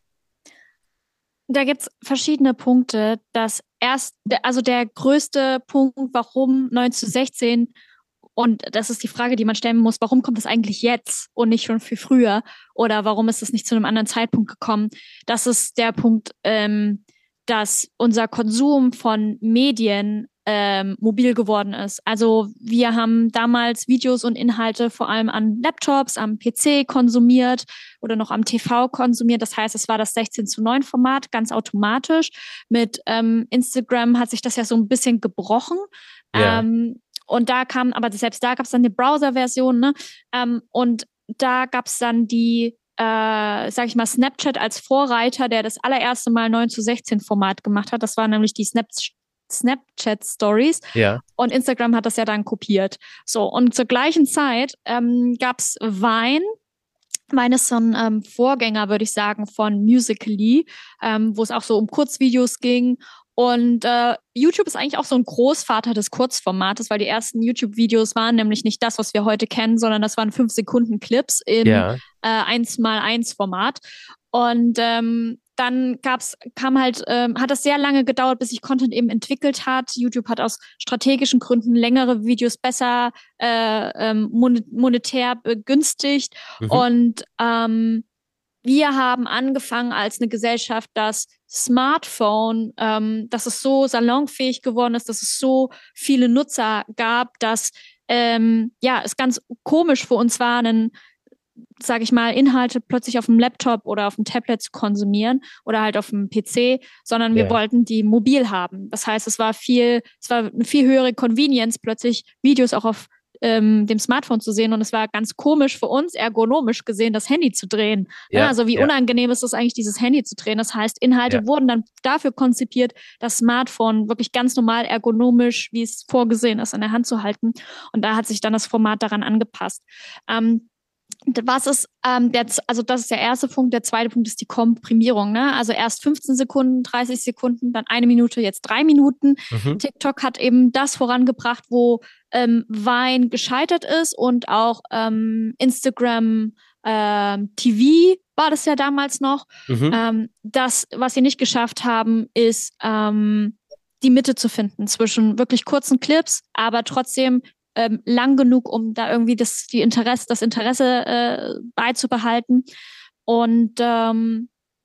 Da gibt es verschiedene Punkte. Das erste, also der größte Punkt, warum neun zu sechzehn, und das ist die Frage, die man stellen muss, warum kommt das eigentlich jetzt und nicht schon viel früher? Oder warum ist es nicht zu einem anderen Zeitpunkt gekommen? Das ist der Punkt, ähm, dass unser Konsum von Medien ähm, mobil geworden ist. Also wir haben damals Videos und Inhalte vor allem an Laptops, am P C konsumiert oder noch am T V konsumiert. Das heißt, es war das sechzehn zu neun Format, ganz automatisch. Mit ähm, Instagram hat sich das ja so ein bisschen gebrochen. Ja. Ähm, und da kam, aber selbst da gab es dann eine Browser-Version, ne? Ähm, und da gab es dann die Äh, sag ich mal, Snapchat als Vorreiter, der das allererste Mal neun zu sechzehn Format gemacht hat. Das waren nämlich die Snap Snapchat-Stories. Ja. Und Instagram hat das ja dann kopiert. So, und zur gleichen Zeit ähm, gab es Vine. Vine ist so ein ähm, Vorgänger, würde ich sagen, von Musical.ly, ähm, wo es auch so um Kurzvideos ging. Und äh, YouTube ist eigentlich auch so ein Großvater des Kurzformates, weil die ersten YouTube-Videos waren nämlich nicht das, was wir heute kennen, sondern das waren fünf Sekunden Clips im ja. äh, eins mal eins Format. Und ähm, dann gab's, kam halt, ähm, hat das sehr lange gedauert, bis sich Content eben entwickelt hat. YouTube hat aus strategischen Gründen längere Videos besser äh, ähm, monetär begünstigt. Mhm. Und ähm, wir haben angefangen als eine Gesellschaft, das Smartphone, ähm, dass es so salonfähig geworden ist, dass es so viele Nutzer gab, dass ähm, ja es ganz komisch für uns war, einen, sage ich mal, Inhalte plötzlich auf dem Laptop oder auf dem Tablet zu konsumieren oder halt auf dem P C, sondern wir yeah. wollten die mobil haben. Das heißt, es war viel, es war eine viel höhere Convenience, plötzlich Videos auch auf ähm, dem Smartphone zu sehen, und es war ganz komisch für uns, ergonomisch gesehen, das Handy zu drehen. Ja, ja, also wie ja. unangenehm ist es eigentlich, dieses Handy zu drehen? Das heißt, Inhalte ja. wurden dann dafür konzipiert, das Smartphone wirklich ganz normal ergonomisch, wie es vorgesehen ist, in der Hand zu halten. Und da hat sich dann das Format daran angepasst. Ähm, Was ist, ähm, der, also das ist der erste Punkt. Der zweite Punkt ist die Komprimierung, ne? Also erst fünfzehn Sekunden, dreißig Sekunden, dann eine Minute, jetzt drei Minuten. Mhm. TikTok hat eben das vorangebracht, wo ähm, Vine gescheitert ist, und auch ähm, Instagram ähm, T V war das ja damals noch. Mhm. Ähm, das, was sie nicht geschafft haben, ist ähm, die Mitte zu finden zwischen wirklich kurzen Clips, aber trotzdem Ähm, lang genug, um da irgendwie das, die Interesse, das Interesse äh, beizubehalten. Und ähm,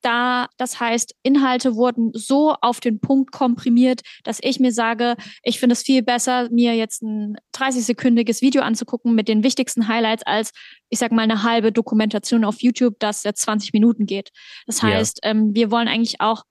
da, das heißt, Inhalte wurden so auf den Punkt komprimiert, dass ich mir sage, ich finde es viel besser, mir jetzt ein dreißig-sekündiges Video anzugucken mit den wichtigsten Highlights als, ich sag mal, eine halbe Dokumentation auf YouTube, das jetzt zwanzig Minuten geht. Das heißt, ja. ähm, wir wollen eigentlich auch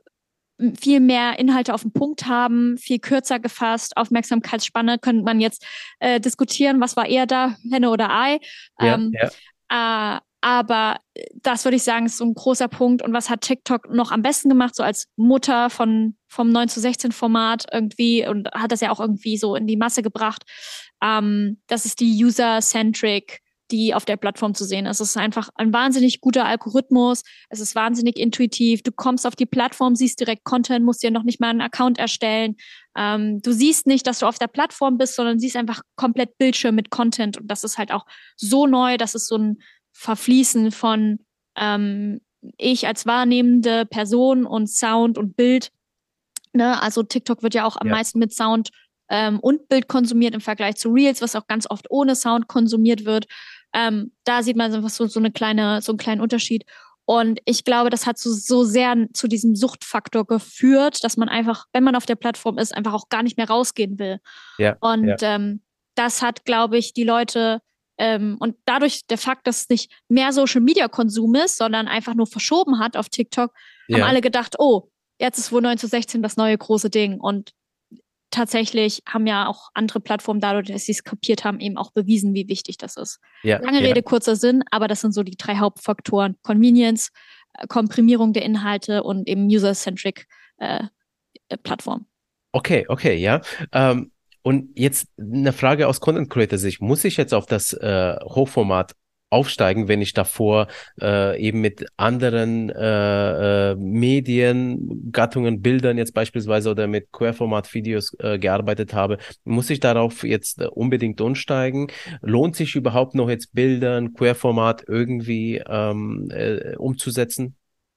viel mehr Inhalte auf den Punkt haben, viel kürzer gefasst, Aufmerksamkeitsspanne, könnte man jetzt äh, diskutieren, was war eher da, Henne oder Ei. Ja, ähm, ja. äh, aber das würde ich sagen, ist so ein großer Punkt. Und was hat TikTok noch am besten gemacht, so als Mutter von vom neun zu sechzehn Format irgendwie und hat das ja auch irgendwie so in die Masse gebracht. Ähm, das ist die User-Centric, die auf der Plattform zu sehen ist. Es ist einfach ein wahnsinnig guter Algorithmus. Es ist wahnsinnig intuitiv. Du kommst auf die Plattform, siehst direkt Content, musst dir noch nicht mal einen Account erstellen. Ähm, du siehst nicht, dass du auf der Plattform bist, sondern siehst einfach komplett Bildschirm mit Content. Und das ist halt auch so neu, dass es so ein Verfließen von ähm, ich als wahrnehmende Person und Sound und Bild. Ne? Also TikTok wird ja auch am ja. meisten mit Sound ähm, und Bild konsumiert im Vergleich zu Reels, was auch ganz oft ohne Sound konsumiert wird. Ähm, da sieht man einfach so, so eine kleine, so einen kleinen Unterschied. Und ich glaube, das hat so, so sehr zu diesem Suchtfaktor geführt, dass man einfach, wenn man auf der Plattform ist, einfach auch gar nicht mehr rausgehen will. Ja, und ja. Ähm, das hat, glaube ich, die Leute ähm, und dadurch der Fakt, dass es nicht mehr Social-Media-Konsum ist, sondern einfach nur verschoben hat auf TikTok, ja. haben alle gedacht, oh, jetzt ist wohl neun zu sechzehn das neue große Ding. Und tatsächlich haben ja auch andere Plattformen dadurch, dass sie es kapiert haben, eben auch bewiesen, wie wichtig das ist. Ja, Lange ja. Rede, kurzer Sinn, aber das sind so die drei Hauptfaktoren. Convenience, Komprimierung der Inhalte und eben User-Centric äh, Plattform. Okay, okay, ja. Ähm, und jetzt eine Frage aus Content Creator Sicht. Muss ich jetzt auf das äh, Hochformat aufsteigen, wenn ich davor äh, eben mit anderen äh, äh, Medien, Gattungen, Bildern jetzt beispielsweise oder mit Querformat-Videos äh, gearbeitet habe? Muss ich darauf jetzt äh, unbedingt umsteigen? Lohnt sich überhaupt noch jetzt Bildern, Querformat irgendwie ähm, äh, umzusetzen?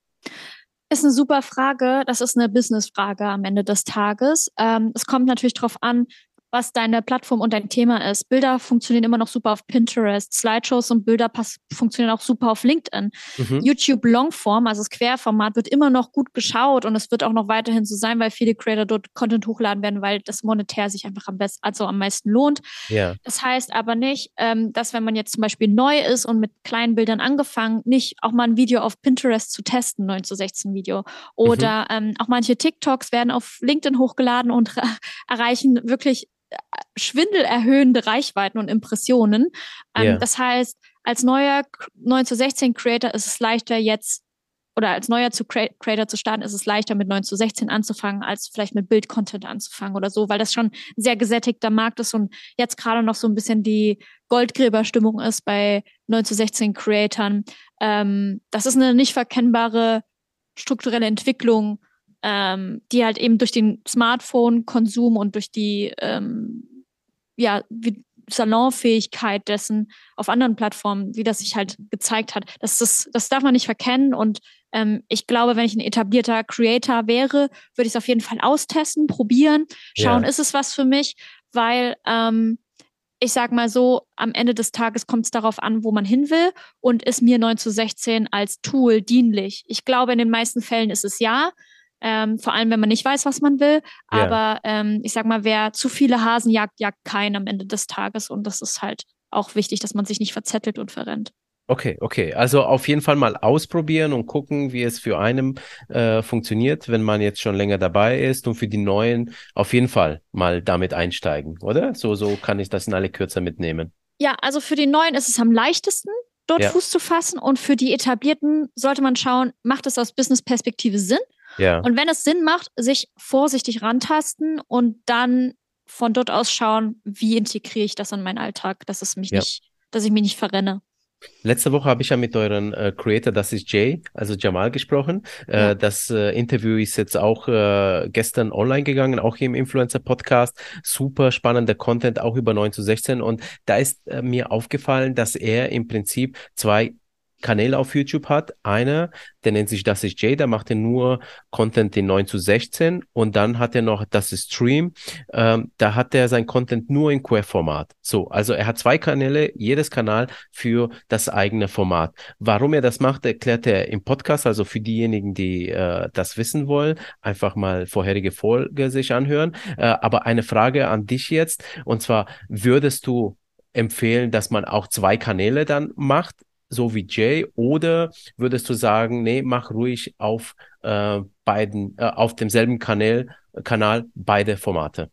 Ist eine super Frage. Das ist eine Business-Frage am Ende des Tages. Ähm, es kommt natürlich darauf an, was deine Plattform und dein Thema ist. Bilder funktionieren immer noch super auf Pinterest. Slideshows und Bilder pass- funktionieren auch super auf LinkedIn. Mhm. YouTube Longform, also das Querformat, wird immer noch gut geschaut und es wird auch noch weiterhin so sein, weil viele Creator dort Content hochladen werden, weil das monetär sich einfach am besten, also am meisten lohnt. Ja. Das heißt aber nicht, ähm, dass wenn man jetzt zum Beispiel neu ist und mit kleinen Bildern angefangen, nicht auch mal ein Video auf Pinterest zu testen, neun zu sechzehn Video. Oder mhm. ähm, auch manche TikToks werden auf LinkedIn hochgeladen und ra- erreichen wirklich schwindelerhöhende Reichweiten und Impressionen. Ähm, yeah. Das heißt, als neuer neun zu sechzehn Creator ist es leichter jetzt, oder als neuer zu Creator zu starten, ist es leichter mit neun zu sechzehn anzufangen, als vielleicht mit Bildcontent anzufangen oder so, weil das schon ein sehr gesättigter Markt ist und jetzt gerade noch so ein bisschen die Goldgräberstimmung ist bei neun zu sechzehn Creatoren. Ähm, das ist eine nicht verkennbare strukturelle Entwicklung, Ähm, die halt eben durch den Smartphone-Konsum und durch die ähm, ja, Salonfähigkeit dessen auf anderen Plattformen, wie das sich halt gezeigt hat, das, ist, das darf man nicht verkennen. Und ähm, ich glaube, wenn ich ein etablierter Creator wäre, würde ich es auf jeden Fall austesten, probieren, schauen, ja. ist es was für mich, weil ähm, ich sag mal so, am Ende des Tages kommt es darauf an, wo man hin will und ist mir neun zu sechzehn als Tool dienlich. Ich glaube, in den meisten Fällen ist es ja, Ähm, vor allem, wenn man nicht weiß, was man will. Yeah. Aber ähm, ich sag mal, wer zu viele Hasen jagt, jagt keinen am Ende des Tages. Und das ist halt auch wichtig, dass man sich nicht verzettelt und verrennt. Okay, okay. Also auf jeden Fall mal ausprobieren und gucken, wie es für einen äh, funktioniert, wenn man jetzt schon länger dabei ist. Und für die Neuen auf jeden Fall mal damit einsteigen, oder? So, so kann ich das in alle Kürzer mitnehmen. Ja, also für die Neuen ist es am leichtesten, dort ja. Fuß zu fassen. Und für die Etablierten sollte man schauen, macht es aus Business-Perspektive Sinn? Ja. Und wenn es Sinn macht, sich vorsichtig rantasten und dann von dort aus schauen, wie integriere ich das in meinen Alltag, dass es mich ja. nicht, dass ich mich nicht verrenne. Letzte Woche habe ich ja mit euren äh, Creator, das ist Jay, also Jamal, gesprochen. Ja. Äh, das äh, Interview ist jetzt auch äh, gestern online gegangen, auch hier im Influencer-Podcast. Super spannender Content, auch über neun zu sechzehn. Und da ist äh, mir aufgefallen, dass er im Prinzip zwei Kanäle auf YouTube hat. Einer, der nennt sich Das ist Jay, da macht er nur Content in neun zu sechzehn und dann hat er noch Das ist Stream, ähm, da hat er sein Content nur in Querformat. So, also er hat zwei Kanäle, jedes Kanal für das eigene Format. Warum er das macht, erklärt er im Podcast, also für diejenigen, die äh, das wissen wollen, einfach mal vorherige Folge sich anhören. Äh, aber eine Frage an dich jetzt, und zwar, würdest du empfehlen, dass man auch zwei Kanäle dann macht, so wie Jay, oder würdest du sagen, nee, mach ruhig auf äh, beiden, äh, auf demselben Kanal, Kanal beide Formate?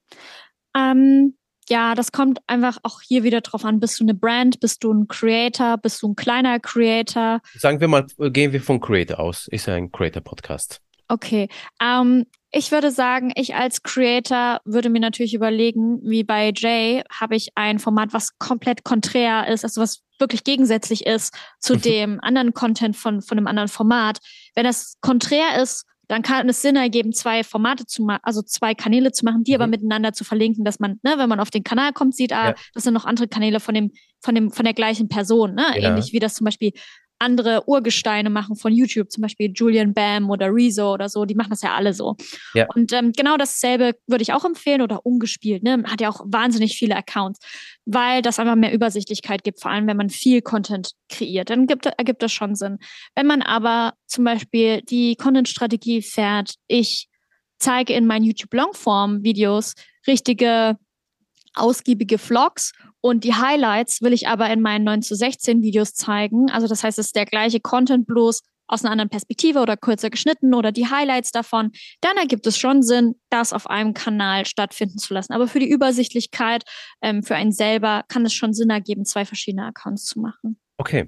Ähm, ja, das kommt einfach auch hier wieder drauf an. Bist du eine Brand? Bist du ein Creator? Bist du ein kleiner Creator? Sagen wir mal, gehen wir von Creator aus. Ist ja ein Creator-Podcast. Okay, ähm, ich würde sagen, ich als Creator würde mir natürlich überlegen, wie bei Jay, habe ich ein Format, was komplett konträr ist, also was wirklich gegensätzlich ist zu dem anderen Content von, von einem anderen Format. Wenn das konträr ist, dann kann es Sinn ergeben, zwei Formate zu machen, also zwei Kanäle zu machen, die mhm. aber miteinander zu verlinken, dass man, ne, wenn man auf den Kanal kommt, sieht, ah, ja. das sind noch andere Kanäle von dem, von dem, von der gleichen Person, ne? Ja. Ähnlich wie das zum Beispiel andere Urgesteine machen von YouTube, zum Beispiel Julian Bam oder Rezo oder so, die machen das ja alle so. Ja. Und ähm, genau dasselbe würde ich auch empfehlen oder Ungespielt, ne? Hat ja auch wahnsinnig viele Accounts, weil das einfach mehr Übersichtlichkeit gibt, vor allem wenn man viel Content kreiert, dann gibt, ergibt das schon Sinn. Wenn man aber zum Beispiel die Content-Strategie fährt, ich zeige in meinen YouTube-Longform-Videos richtige ausgiebige Vlogs und die Highlights will ich aber in meinen neun zu sechzehn Videos zeigen. Also das heißt, es ist der gleiche Content, bloß aus einer anderen Perspektive oder kürzer geschnitten oder die Highlights davon. Dann ergibt es schon Sinn, das auf einem Kanal stattfinden zu lassen. Aber für die Übersichtlichkeit, ähm, für einen selber, kann es schon Sinn ergeben, zwei verschiedene Accounts zu machen. Okay.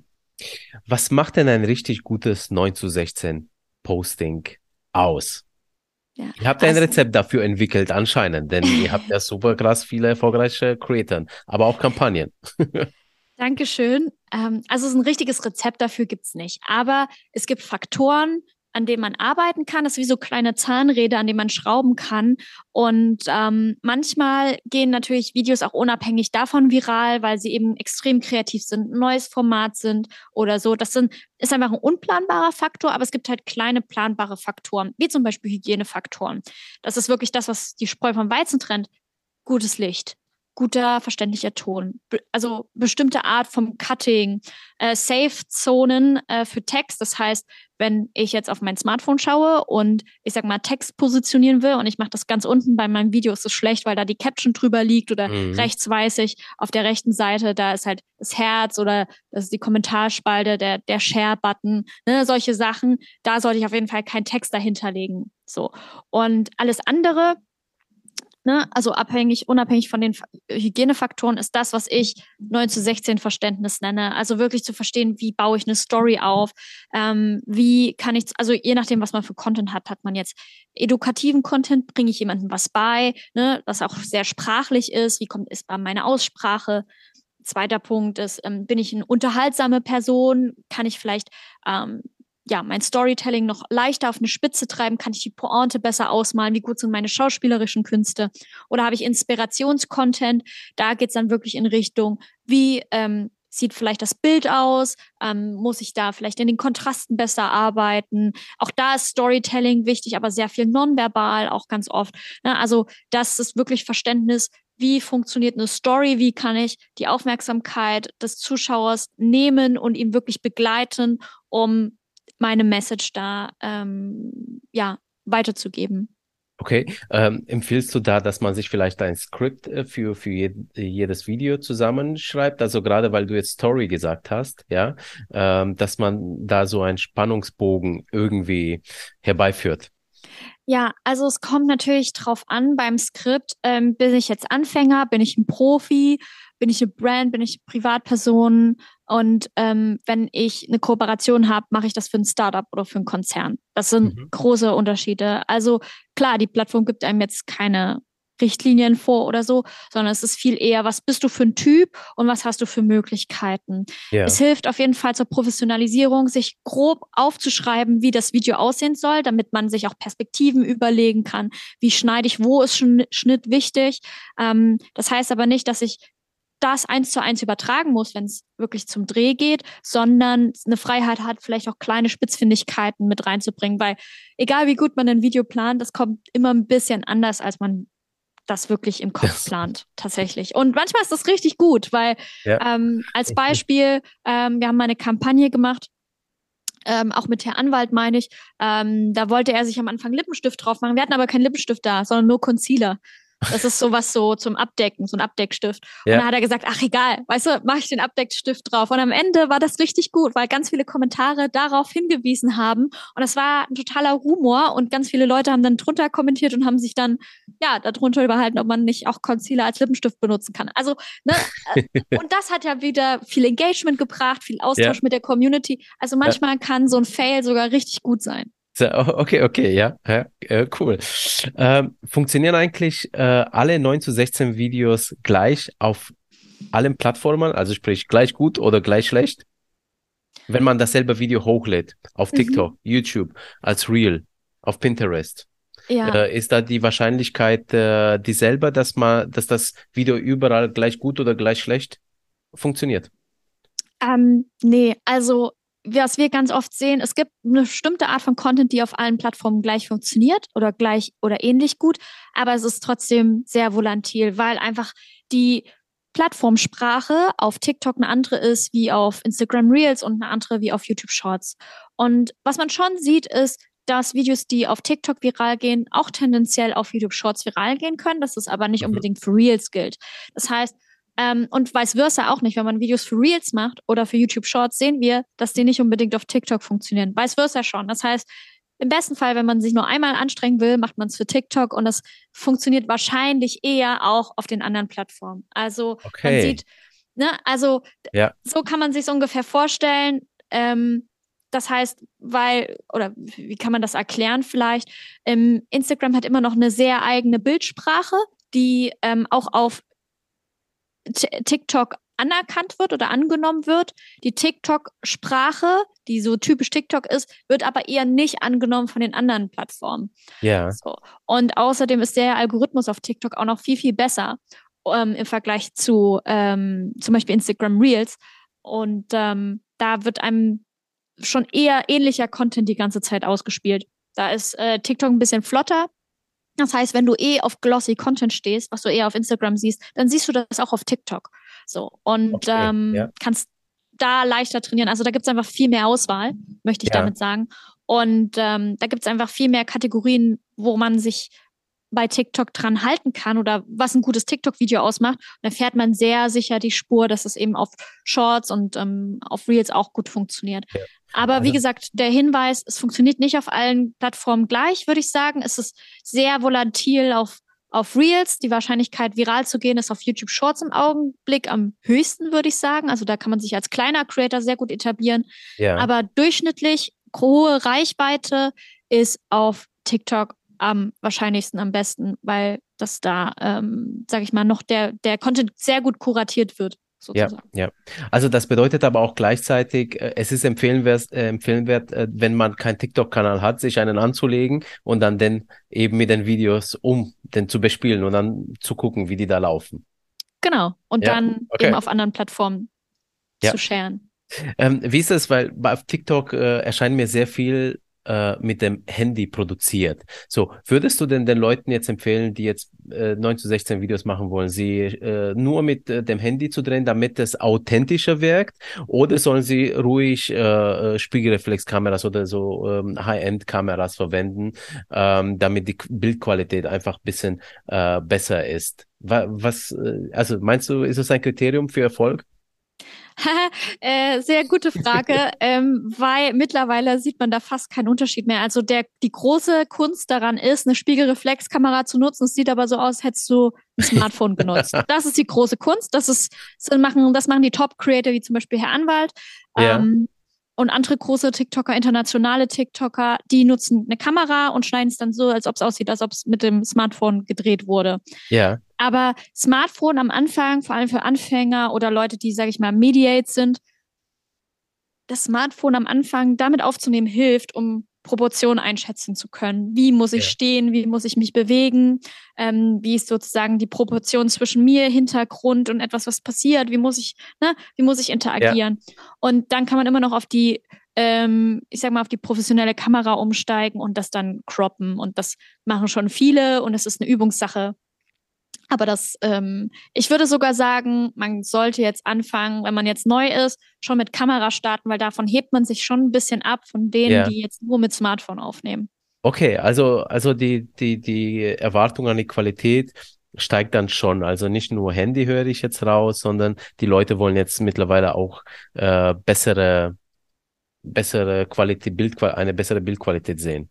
Was macht denn ein richtig gutes neun zu sechzehn Posting aus? Ja. Ihr habt also, ein Rezept dafür entwickelt anscheinend, denn ihr habt ja super krass viele erfolgreiche Creatoren, aber auch Kampagnen. Dankeschön. Ähm, also ein richtiges Rezept dafür gibt's nicht, aber es gibt Faktoren, an denen man arbeiten kann. Das ist wie so kleine Zahnräder, an denen man schrauben kann. Und ähm, manchmal gehen natürlich Videos auch unabhängig davon viral, weil sie eben extrem kreativ sind, ein neues Format sind oder so. Das sind, ist einfach ein unplanbarer Faktor, aber es gibt halt kleine planbare Faktoren, wie zum Beispiel Hygienefaktoren. Das ist wirklich das, was die Spreu vom Weizen trennt. Gutes Licht, guter, verständlicher Ton, Be- also bestimmte Art vom Cutting, äh, Safe-Zonen äh, für Text. Das heißt, wenn ich jetzt auf mein Smartphone schaue und ich sag mal Text positionieren will und ich mache das ganz unten bei meinem Video, ist es schlecht, weil da die Caption drüber liegt oder mhm. rechts weiß ich, auf der rechten Seite, da ist halt das Herz oder das ist die Kommentarspalte, der, der Share-Button, ne, solche Sachen. Da sollte ich auf jeden Fall keinen Text dahinter legen. So. Und alles andere, ne, also abhängig, unabhängig von den Hygienefaktoren, ist das, was ich neun zu sechzehn Verständnis nenne. Also wirklich zu verstehen, wie baue ich eine Story auf, ähm, wie kann ich, also je nachdem, was man für Content hat, hat man jetzt edukativen Content, bringe ich jemandem was bei, ne, was auch sehr sprachlich ist, wie kommt, ist bei meine Aussprache. Zweiter Punkt ist, ähm, bin ich eine unterhaltsame Person, kann ich vielleicht ähm, ja, mein Storytelling noch leichter auf eine Spitze treiben, kann ich die Pointe besser ausmalen, wie gut sind meine schauspielerischen Künste oder habe ich Inspirationscontent, da geht's dann wirklich in Richtung, wie ähm, sieht vielleicht das Bild aus, ähm, muss ich da vielleicht in den Kontrasten besser arbeiten, auch da ist Storytelling wichtig, aber sehr viel nonverbal, auch ganz oft, ne? Also das ist wirklich Verständnis, wie funktioniert eine Story, wie kann ich die Aufmerksamkeit des Zuschauers nehmen und ihn wirklich begleiten, um meine Message da ähm, ja, weiterzugeben. Okay, ähm, empfiehlst du da, dass man sich vielleicht ein Skript äh, für, für je, jedes Video zusammenschreibt? Also gerade weil du jetzt Story gesagt hast, ja, ähm, dass man da so einen Spannungsbogen irgendwie herbeiführt. Ja, also es kommt natürlich drauf an beim Skript, ähm, bin ich jetzt Anfänger, bin ich ein Profi, bin ich eine Brand, bin ich eine Privatperson und ähm, wenn ich eine Kooperation habe, mache ich das für ein Startup oder für einen Konzern. Das sind mhm. große Unterschiede. Also klar, die Plattform gibt einem jetzt keine Richtlinien vor oder so, sondern es ist viel eher, was bist du für ein Typ und was hast du für Möglichkeiten. Ja. Es hilft auf jeden Fall zur Professionalisierung, sich grob aufzuschreiben, wie das Video aussehen soll, damit man sich auch Perspektiven überlegen kann, wie schneide ich, wo ist Schnitt wichtig. Ähm, das heißt aber nicht, dass ich das eins zu eins übertragen muss, wenn es wirklich zum Dreh geht, sondern eine Freiheit hat, vielleicht auch kleine Spitzfindigkeiten mit reinzubringen, weil egal wie gut man ein Video plant, das kommt immer ein bisschen anders, als man das wirklich im Kopf plant, tatsächlich. Und manchmal ist das richtig gut, weil Ja. ähm, als Beispiel, ähm, wir haben mal eine Kampagne gemacht, ähm, auch mit Herr Anwalt meine ich, ähm, da wollte er sich am Anfang Lippenstift drauf machen. Wir hatten aber keinen Lippenstift da, sondern nur Concealer. Das ist sowas so zum Abdecken, so ein Abdeckstift. Ja. Und dann hat er gesagt, ach egal, weißt du, mache ich den Abdeckstift drauf. Und am Ende war das richtig gut, weil ganz viele Kommentare darauf hingewiesen haben. Und das war ein totaler Rumor und ganz viele Leute haben dann drunter kommentiert und haben sich dann, ja, darunter überhalten, ob man nicht auch Concealer als Lippenstift benutzen kann. Also, ne, und das hat ja wieder viel Engagement gebracht, viel Austausch Ja. mit der Community. Also manchmal ja. kann so ein Fail sogar richtig gut sein. Okay, okay, ja, ja äh, cool. Ähm, funktionieren eigentlich äh, alle neun zu sechzehn Videos gleich auf allen Plattformen, also sprich gleich gut oder gleich schlecht? Wenn man dasselbe Video hochlädt, auf TikTok, mhm. YouTube, als Reel, auf Pinterest, ja. äh, ist da die Wahrscheinlichkeit äh, dieselbe, dass man, dass das Video überall gleich gut oder gleich schlecht funktioniert? Ähm, nee, also was wir ganz oft sehen, es gibt eine bestimmte Art von Content, die auf allen Plattformen gleich funktioniert oder gleich oder ähnlich gut, aber es ist trotzdem sehr volatil, weil einfach die Plattformsprache auf TikTok eine andere ist wie auf Instagram Reels und eine andere wie auf YouTube Shorts. Und was man schon sieht, ist, dass Videos, die auf TikTok viral gehen, auch tendenziell auf YouTube Shorts viral gehen können, dass das aber nicht mhm. unbedingt für Reels gilt. Das heißt, Ähm, und vice versa auch nicht. Wenn man Videos für Reels macht oder für YouTube Shorts, sehen wir, dass die nicht unbedingt auf TikTok funktionieren. Vice versa schon. Das heißt, im besten Fall, wenn man sich nur einmal anstrengen will, macht man es für TikTok und das funktioniert wahrscheinlich eher auch auf den anderen Plattformen. Also okay. man sieht, ne, also ja. so kann man sich es ungefähr vorstellen. Ähm, das heißt, weil, oder wie kann man das erklären vielleicht? Ähm, Instagram hat immer noch eine sehr eigene Bildsprache, die ähm, auch auf TikTok anerkannt wird oder angenommen wird. Die TikTok-Sprache, die so typisch TikTok ist, wird aber eher nicht angenommen von den anderen Plattformen. Ja. So. Und außerdem ist der Algorithmus auf TikTok auch noch viel, viel besser ähm, im Vergleich zu ähm, zum Beispiel Instagram Reels. Und ähm, da wird einem schon eher ähnlicher Content die ganze Zeit ausgespielt. Da ist äh, TikTok ein bisschen flotter. Das heißt, wenn du eh auf glossy Content stehst, was du eher auf Instagram siehst, dann siehst du das auch auf TikTok. So. Und okay, ähm, ja. kannst da leichter trainieren. Also da gibt es einfach viel mehr Auswahl, möchte ich ja. damit sagen. Und ähm, da gibt es einfach viel mehr Kategorien, wo man sich bei TikTok dran halten kann oder was ein gutes TikTok-Video ausmacht. Und da fährt man sehr sicher die Spur, dass es eben auf Shorts und ähm, auf Reels auch gut funktioniert. Ja. Aber also, wie gesagt, der Hinweis, es funktioniert nicht auf allen Plattformen gleich, würde ich sagen. Es ist sehr volatil auf, auf Reels. Die Wahrscheinlichkeit, viral zu gehen, ist auf YouTube Shorts im Augenblick am höchsten, würde ich sagen. Also da kann man sich als kleiner Creator sehr gut etablieren. Ja. Aber durchschnittlich hohe Reichweite ist auf TikTok am wahrscheinlichsten, am besten, weil das da, ähm, sage ich mal, noch der, der Content sehr gut kuratiert wird. Sozusagen. Ja, ja. Also das bedeutet aber auch gleichzeitig, äh, es ist empfehlenwert, äh, empfehlenwert äh, wenn man keinen TikTok-Kanal hat, sich einen anzulegen und dann den eben mit den Videos, um den zu bespielen und dann zu gucken, wie die da laufen. Genau. Und ja, dann okay. eben auf anderen Plattformen ja. zu sharen. Ähm, wie ist das? Weil auf TikTok äh, erscheint mir sehr viel mit dem Handy produziert. So, würdest du denn den Leuten jetzt empfehlen, die jetzt äh, neun zu sechzehn Videos machen wollen, sie äh, nur mit äh, dem Handy zu drehen, damit es authentischer wirkt? Oder sollen sie ruhig äh, Spiegelreflexkameras oder so ähm, High-End-Kameras verwenden, ähm, damit die Bildqualität einfach ein bisschen äh, besser ist? Was, äh, also meinst du, ist das ein Kriterium für Erfolg? äh, sehr gute Frage, ähm, weil mittlerweile sieht man da fast keinen Unterschied mehr. Also der die große Kunst daran ist, eine Spiegelreflexkamera zu nutzen. Es sieht aber so aus, hättest du ein Smartphone genutzt. Das ist die große Kunst. Das ist das machen, das machen die Top-Creator, wie zum Beispiel Herr Anwalt. Ja. Ähm, und andere große TikToker, internationale TikToker, die nutzen eine Kamera und schneiden es dann so, als ob es aussieht, als ob es mit dem Smartphone gedreht wurde. Ja. Aber Smartphone am Anfang, vor allem für Anfänger oder Leute, die, sage ich mal, Mediate sind, das Smartphone am Anfang damit aufzunehmen hilft, um Proportion einschätzen zu können. Wie muss ich Ja. stehen? Wie muss ich mich bewegen? Ähm, wie ist sozusagen die Proportion zwischen mir, Hintergrund und etwas, was passiert? Wie muss ich, ne, wie muss ich interagieren? Ja. Und dann kann man immer noch auf die, ähm, ich sag mal, auf die professionelle Kamera umsteigen und das dann croppen. Und das machen schon viele und es ist eine Übungssache. Aber das, ähm, ich würde sogar sagen, man sollte jetzt anfangen, wenn man jetzt neu ist, schon mit Kamera starten, weil davon hebt man sich schon ein bisschen ab von denen, Ja. die jetzt nur mit Smartphone aufnehmen. Okay, also, also die, die, die Erwartung an die Qualität steigt dann schon. Also nicht nur Handy höre ich jetzt raus, sondern die Leute wollen jetzt mittlerweile auch äh, bessere, bessere Qualität, Bildqual- eine bessere Bildqualität sehen.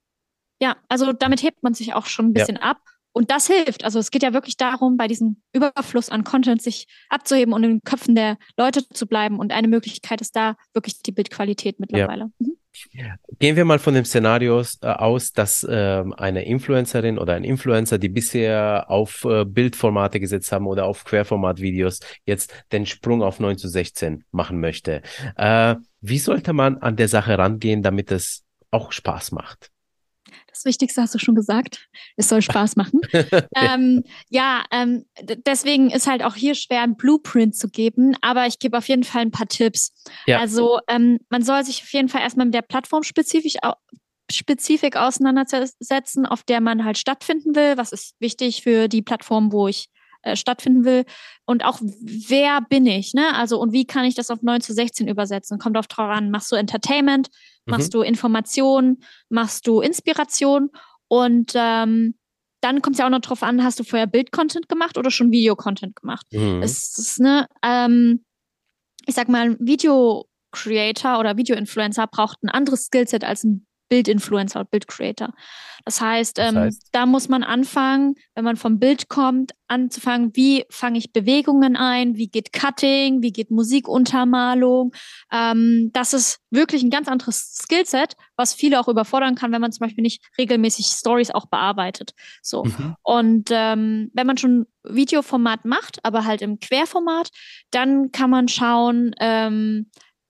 Ja, also damit hebt man sich auch schon ein bisschen ja. ab. Und das hilft. Also es geht ja wirklich darum, bei diesem Überfluss an Content sich abzuheben und in den Köpfen der Leute zu bleiben. Und eine Möglichkeit ist da wirklich die Bildqualität mittlerweile. Ja. Mhm. Gehen wir mal von dem Szenario äh, aus, dass äh, eine Influencerin oder ein Influencer, die bisher auf äh, Bildformate gesetzt haben oder auf Querformatvideos, jetzt den Sprung auf neun zu sechzehn machen möchte. Äh, wie sollte man an der Sache rangehen, damit es auch Spaß macht? Das Wichtigste hast du schon gesagt. Es soll Spaß machen. ähm, ja, ähm, deswegen ist halt auch hier schwer, ein Blueprint zu geben, aber ich gebe auf jeden Fall ein paar Tipps. Ja. Also ähm, man soll sich auf jeden Fall erstmal mit der Plattform spezifisch Spezifik auseinandersetzen, auf der man halt stattfinden will. Was ist wichtig für die Plattform, wo ich äh, stattfinden will? Und auch, wer bin ich? Ne? Also, und wie kann ich das auf neun zu sechzehn übersetzen? Kommt drauf an, machst du Entertainment? Machst mhm. du Information, machst du Inspiration und ähm, dann kommt es ja auch noch drauf an, hast du vorher Bild-Content gemacht oder schon Video-Content gemacht? Mhm. Es ist, ne, ähm, ich sag mal, ein Video-Creator oder Video-Influencer braucht ein anderes Skillset als ein Bild-Influencer oder Bild-Creator. Das heißt, das heißt? Ähm, da muss man anfangen, wenn man vom Bild kommt, anzufangen, wie fange ich Bewegungen ein, wie geht Cutting, wie geht Musikuntermalung. Ähm, das ist wirklich ein ganz anderes Skillset, was viele auch überfordern kann, wenn man zum Beispiel nicht regelmäßig Stories auch bearbeitet. So. Mhm. Und ähm, wenn man schon Videoformat macht, aber halt im Querformat, dann kann man schauen, ähm,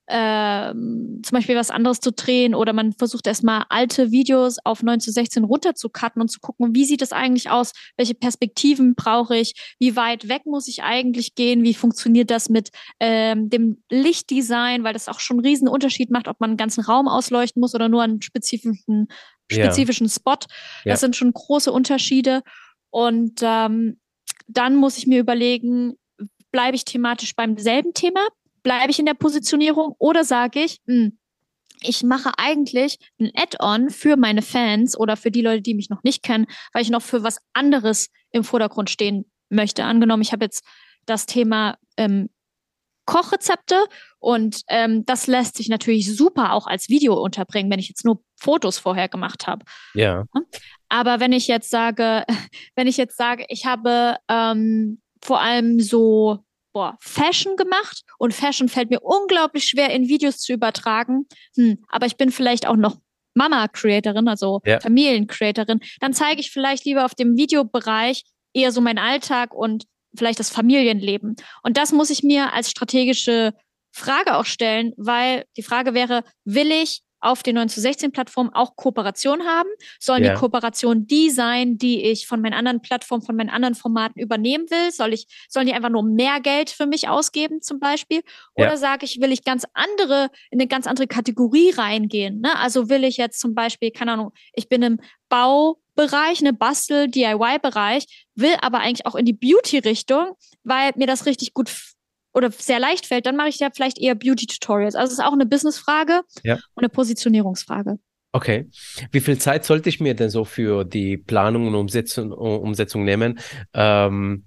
Ähm, zum Beispiel was anderes zu drehen oder man versucht erstmal alte Videos auf neun zu sechzehn runter zu cutten und zu gucken, wie sieht es eigentlich aus, welche Perspektiven brauche ich, wie weit weg muss ich eigentlich gehen, wie funktioniert das mit ähm, dem Lichtdesign, weil das auch schon einen riesen Unterschied macht, ob man einen ganzen Raum ausleuchten muss oder nur einen spezifischen, spezifischen ja. Spot. Das ja. sind schon große Unterschiede und ähm, dann muss ich mir überlegen, bleibe ich thematisch beim selben Thema? Bleibe ich in der Positionierung oder sage ich, mh, ich mache eigentlich ein Add-on für meine Fans oder für die Leute, die mich noch nicht kennen, weil ich noch für was anderes im Vordergrund stehen möchte. Angenommen, ich habe jetzt das Thema ähm, Kochrezepte und ähm, das lässt sich natürlich super auch als Video unterbringen, wenn ich jetzt nur Fotos vorher gemacht habe. Ja. Aber wenn ich jetzt sage, wenn ich jetzt sage, ich habe ähm, vor allem so Boah, Fashion gemacht und Fashion fällt mir unglaublich schwer in Videos zu übertragen, hm, aber ich bin vielleicht auch noch Mama-Creatorin, also ja. Familien-Creatorin, dann zeige ich vielleicht lieber auf dem Videobereich eher so meinen Alltag und vielleicht das Familienleben. Und das muss ich mir als strategische Frage auch stellen, weil die Frage wäre, will ich auf den neun zu sechzehn Plattformen auch Kooperation haben? Sollen ja. die Kooperationen die sein, die ich von meinen anderen Plattformen, von meinen anderen Formaten übernehmen will? Soll ich, sollen die einfach nur mehr Geld für mich ausgeben zum Beispiel? Oder ja. sage ich, will ich ganz andere, in eine ganz andere Kategorie reingehen? Ne? Also will ich jetzt zum Beispiel, keine Ahnung, ich bin im Baubereich, eine Bastel-D I Y-Bereich, will aber eigentlich auch in die Beauty-Richtung, weil mir das richtig gut oder sehr leicht fällt, dann mache ich ja vielleicht eher Beauty-Tutorials. Also es ist auch eine Business-Frage ja. und eine Positionierungsfrage. Okay. Wie viel Zeit sollte ich mir denn so für die Planung und Umsetzung, Umsetzung nehmen? Ähm,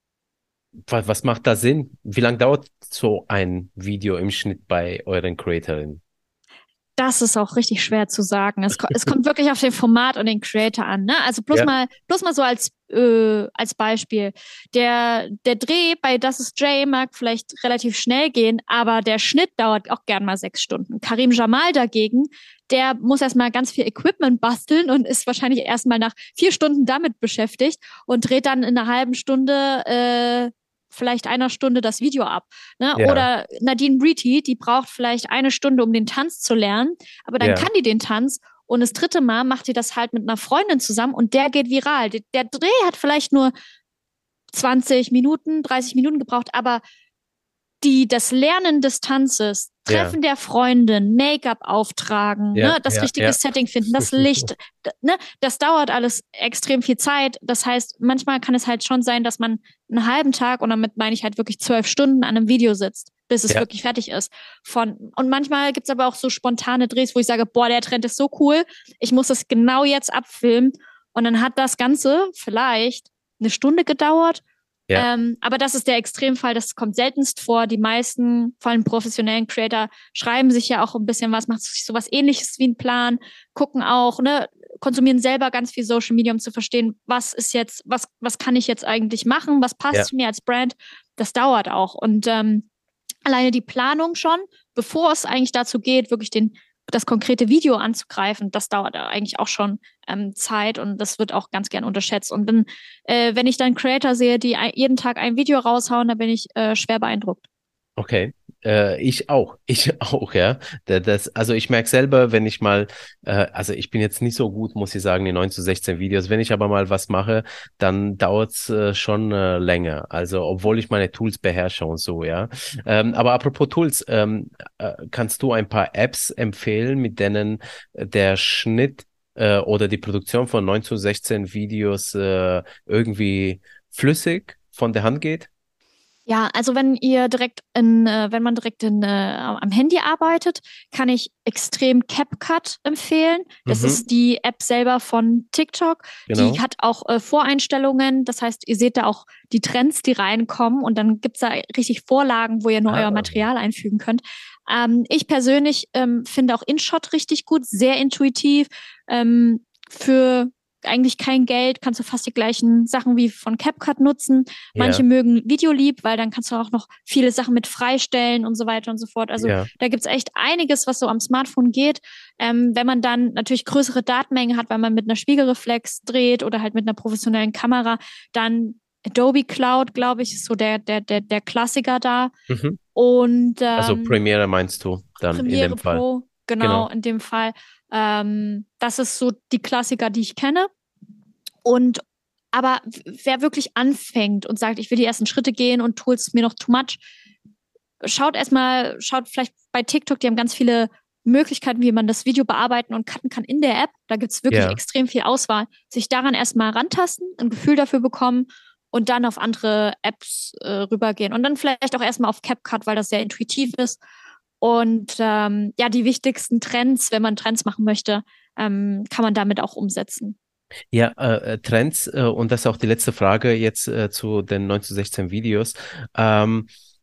was, was macht da Sinn? Wie lange dauert so ein Video im Schnitt bei euren Creatorinnen? Das ist auch richtig schwer zu sagen. Es, es kommt wirklich auf den Format und den Creator an. Ne? Also bloß ja. mal, bloß mal so als äh, als Beispiel. Der der Dreh bei Das ist Jay mag vielleicht relativ schnell gehen, aber der Schnitt dauert auch gern mal sechs Stunden. Karim Jamal dagegen, der muss erstmal ganz viel Equipment basteln und ist wahrscheinlich erstmal nach vier Stunden damit beschäftigt und dreht dann in einer halben Stunde äh, vielleicht einer Stunde das Video ab. Ne? Ja. Oder Nadine Breety, die braucht vielleicht eine Stunde, um den Tanz zu lernen, aber dann ja. kann die den Tanz Und das dritte Mal macht sie das halt mit einer Freundin zusammen und der geht viral. Der, der Dreh hat vielleicht nur zwanzig Minuten, dreißig Minuten gebraucht, aber die, das Lernen des Tanzes, Treffen ja. der Freundin, Make-up auftragen, ja, ne, das ja, richtige ja. Setting finden, das Licht, ne, das dauert alles extrem viel Zeit. Das heißt, manchmal kann es halt schon sein, dass man einen halben Tag, und damit meine ich halt wirklich zwölf Stunden an einem Video sitzt, bis es ja. wirklich fertig ist. Von, und manchmal gibt's aber auch so spontane Drehs, wo ich sage, boah, der Trend ist so cool, ich muss das genau jetzt abfilmen. Und dann hat das Ganze vielleicht eine Stunde gedauert. Ja. Ähm, aber das ist der Extremfall, das kommt seltenst vor. Die meisten, vor allem professionellen Creator, schreiben sich ja auch ein bisschen was, machen sich sowas Ähnliches wie einen Plan, gucken auch, ne, konsumieren selber ganz viel Social Media, um zu verstehen, was ist jetzt, was, was kann ich jetzt eigentlich machen, was passt ja. zu mir als Brand. Das dauert auch. Und ähm, alleine die Planung schon, bevor es eigentlich dazu geht, wirklich den das konkrete Video anzugreifen, das dauert eigentlich auch schon ähm, Zeit und das wird auch ganz gern unterschätzt. Und dann, äh, wenn ich dann Creator sehe, die ein, jeden Tag ein Video raushauen, da bin ich äh, schwer beeindruckt. Okay, äh, ich auch, ich auch, ja. Das, also ich merke selber, wenn ich mal, äh, also ich bin jetzt nicht so gut, muss ich sagen, die neun zu sechzehn Videos. Wenn ich aber mal was mache, dann dauert's äh, schon äh, länger. Also obwohl ich meine Tools beherrsche und so, ja. Ähm, aber apropos Tools, ähm, äh, kannst du ein paar Apps empfehlen, mit denen der Schnitt äh, oder die Produktion von neun zu sechzehn Videos äh, irgendwie flüssig von der Hand geht? Ja, also wenn ihr direkt in, äh, wenn man direkt in, äh, am Handy arbeitet, kann ich extrem CapCut empfehlen. Das mhm. ist die App selber von TikTok. Genau. Die hat auch äh, Voreinstellungen. Das heißt, ihr seht da auch die Trends, die reinkommen und dann gibt's da richtig Vorlagen, wo ihr nur ah. euer Material einfügen könnt. Ähm, ich persönlich ähm, finde auch InShot richtig gut, sehr intuitiv. Ähm, für eigentlich kein Geld, kannst du fast die gleichen Sachen wie von CapCut nutzen. Manche yeah. mögen Videolieb, weil dann kannst du auch noch viele Sachen mit freistellen und so weiter und so fort. Also yeah. da gibt's echt einiges, was so am Smartphone geht. Ähm, wenn man dann natürlich größere Datenmengen hat, weil man mit einer Spiegelreflex dreht oder halt mit einer professionellen Kamera, dann Adobe Cloud, glaube ich, ist so der, der, der, der Klassiker da. Mhm. Und, ähm, also Premiere meinst du dann Premiere in dem Fall? Pro, genau, genau, in dem Fall. Ähm, das ist so die Klassiker, die ich kenne. Und aber wer wirklich anfängt und sagt, ich will die ersten Schritte gehen und Tools ist mir noch too much, schaut erstmal, schaut vielleicht bei TikTok, die haben ganz viele Möglichkeiten, wie man das Video bearbeiten und cutten kann in der App. Da gibt's wirklich yeah. extrem viel Auswahl. Sich daran erstmal rantasten, ein Gefühl dafür bekommen und dann auf andere Apps äh, rübergehen. Und dann vielleicht auch erstmal auf CapCut, weil das sehr intuitiv ist. Und ähm, ja, die wichtigsten Trends, wenn man Trends machen möchte, ähm, kann man damit auch umsetzen. Ja, äh, Trends, äh, und das ist auch die letzte Frage jetzt äh, zu den neun zu sechzehn Videos. Ähm,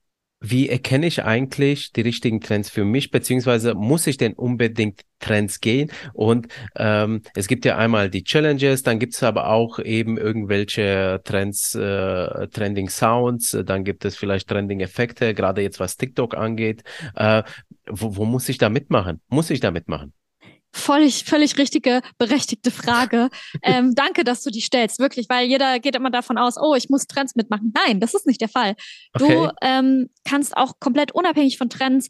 wie erkenne ich eigentlich die richtigen Trends für mich, beziehungsweise muss ich denn unbedingt Trends gehen? Und ähm, es gibt ja einmal die Challenges, dann gibt es aber auch eben irgendwelche Trends, äh, Trending Sounds, dann gibt es vielleicht Trending Effekte, gerade jetzt was TikTok angeht. Äh, wo, wo muss ich da mitmachen? Muss ich da mitmachen? Völlig, völlig richtige, berechtigte Frage. ähm, danke, dass du die stellst, wirklich, weil jeder geht immer davon aus, oh, ich muss Trends mitmachen. Nein, das ist nicht der Fall. Okay. Du ähm, kannst auch komplett unabhängig von Trends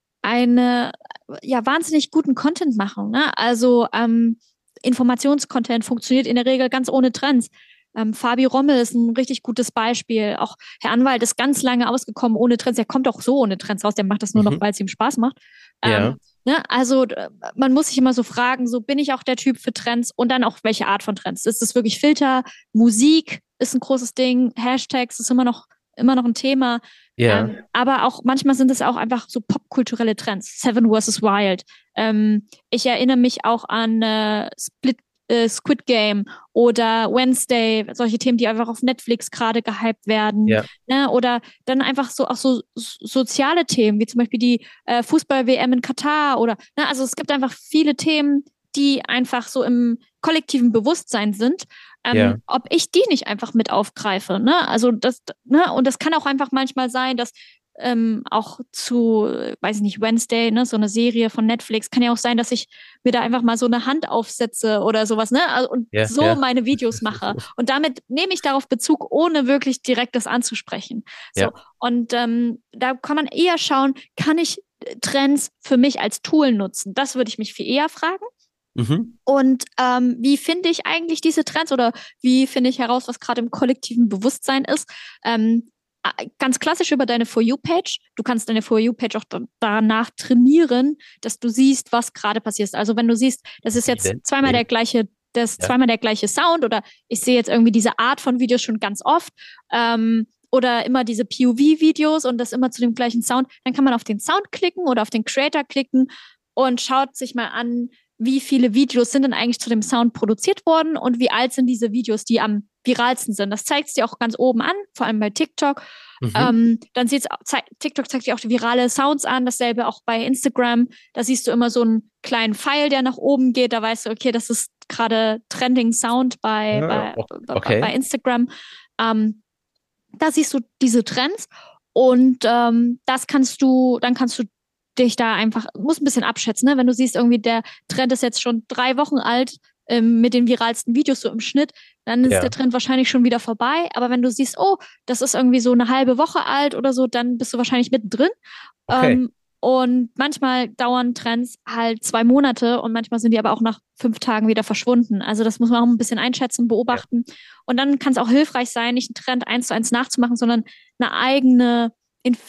eine, ja, wahnsinnig guten Content machen. Ne? Also ähm, Informationscontent funktioniert in der Regel ganz ohne Trends. Ähm, Fabi Rommel ist ein richtig gutes Beispiel. Auch Herr Anwalt ist ganz lange ausgekommen ohne Trends. Der kommt auch so ohne Trends raus. Der macht das nur mhm. noch, weil es ihm Spaß macht. Ja. Ähm, ne? Also man muss sich immer so fragen, so bin ich auch der Typ für Trends und dann auch welche Art von Trends. Ist das wirklich Filter? Musik ist ein großes Ding. Hashtags ist immer noch immer noch ein Thema. Ja. Ähm, aber auch manchmal sind es auch einfach so popkulturelle Trends. Seven versus. Wild. Ähm, ich erinnere mich auch an äh, Split äh, Squid Game oder Wednesday, solche Themen, die einfach auf Netflix gerade gehypt werden. Ja. Ne? Oder dann einfach so auch so soziale Themen, wie zum Beispiel die äh, Fußball-W M in Katar oder, ne? Also es gibt einfach viele Themen, die einfach so im kollektiven Bewusstsein sind, ähm, ja. ob ich die nicht einfach mit aufgreife. Ne? Also das, ne? Und das kann auch einfach manchmal sein, dass ähm, auch zu, weiß ich nicht, Wednesday, ne, so eine Serie von Netflix, kann ja auch sein, dass ich mir da einfach mal so eine Hand aufsetze oder sowas, ne, also, und ja, so ja. meine Videos mache. Und damit nehme ich darauf Bezug, ohne wirklich direkt das anzusprechen. So. Ja. Und ähm, da kann man eher schauen, kann ich Trends für mich als Tool nutzen? Das würde ich mich viel eher fragen. Mhm. Und ähm, wie finde ich eigentlich diese Trends oder wie finde ich heraus, was gerade im kollektiven Bewusstsein ist? Ähm, äh, ganz klassisch über deine For You-Page. Du kannst deine For You-Page auch da- danach trainieren, dass du siehst, was gerade passiert. Also wenn du siehst, das ist Wie jetzt denn? zweimal Wie? der gleiche, das ist Ja. zweimal der gleiche Sound oder ich sehe jetzt irgendwie diese Art von Videos schon ganz oft. Ähm, oder immer diese P O V-Videos und das immer zu dem gleichen Sound, dann kann man auf den Sound klicken oder auf den Creator klicken und schaut sich mal an, wie viele Videos sind denn eigentlich zu dem Sound produziert worden und wie alt sind diese Videos, die am viralsten sind. Das zeigt es dir auch ganz oben an, vor allem bei TikTok. Mhm. Ähm, dann sieht's, zei TikTok zeigt dir auch die virale Sounds an, dasselbe auch bei Instagram. Da siehst du immer so einen kleinen Pfeil, der nach oben geht. Da weißt du, okay, das ist gerade Trending Sound bei, Ah, bei, o- bei, bei okay. Instagram. Ähm, da siehst du diese Trends und ähm, das kannst du, dann kannst du dich da einfach, musst ein bisschen abschätzen, ne? Wenn du siehst, irgendwie der Trend ist jetzt schon drei Wochen alt ähm, mit den viralsten Videos so im Schnitt, dann ist der Ja, Trend wahrscheinlich schon wieder vorbei. Aber wenn du siehst, oh, das ist irgendwie so eine halbe Woche alt oder so, dann bist du wahrscheinlich mittendrin. okay. Ähm, und manchmal dauern Trends halt zwei Monate und manchmal sind die aber auch nach fünf Tagen wieder verschwunden. Also das muss man auch ein bisschen einschätzen, Ja. beobachten. Und dann kann es auch hilfreich sein, nicht einen Trend eins zu eins nachzumachen, sondern eine eigene Inf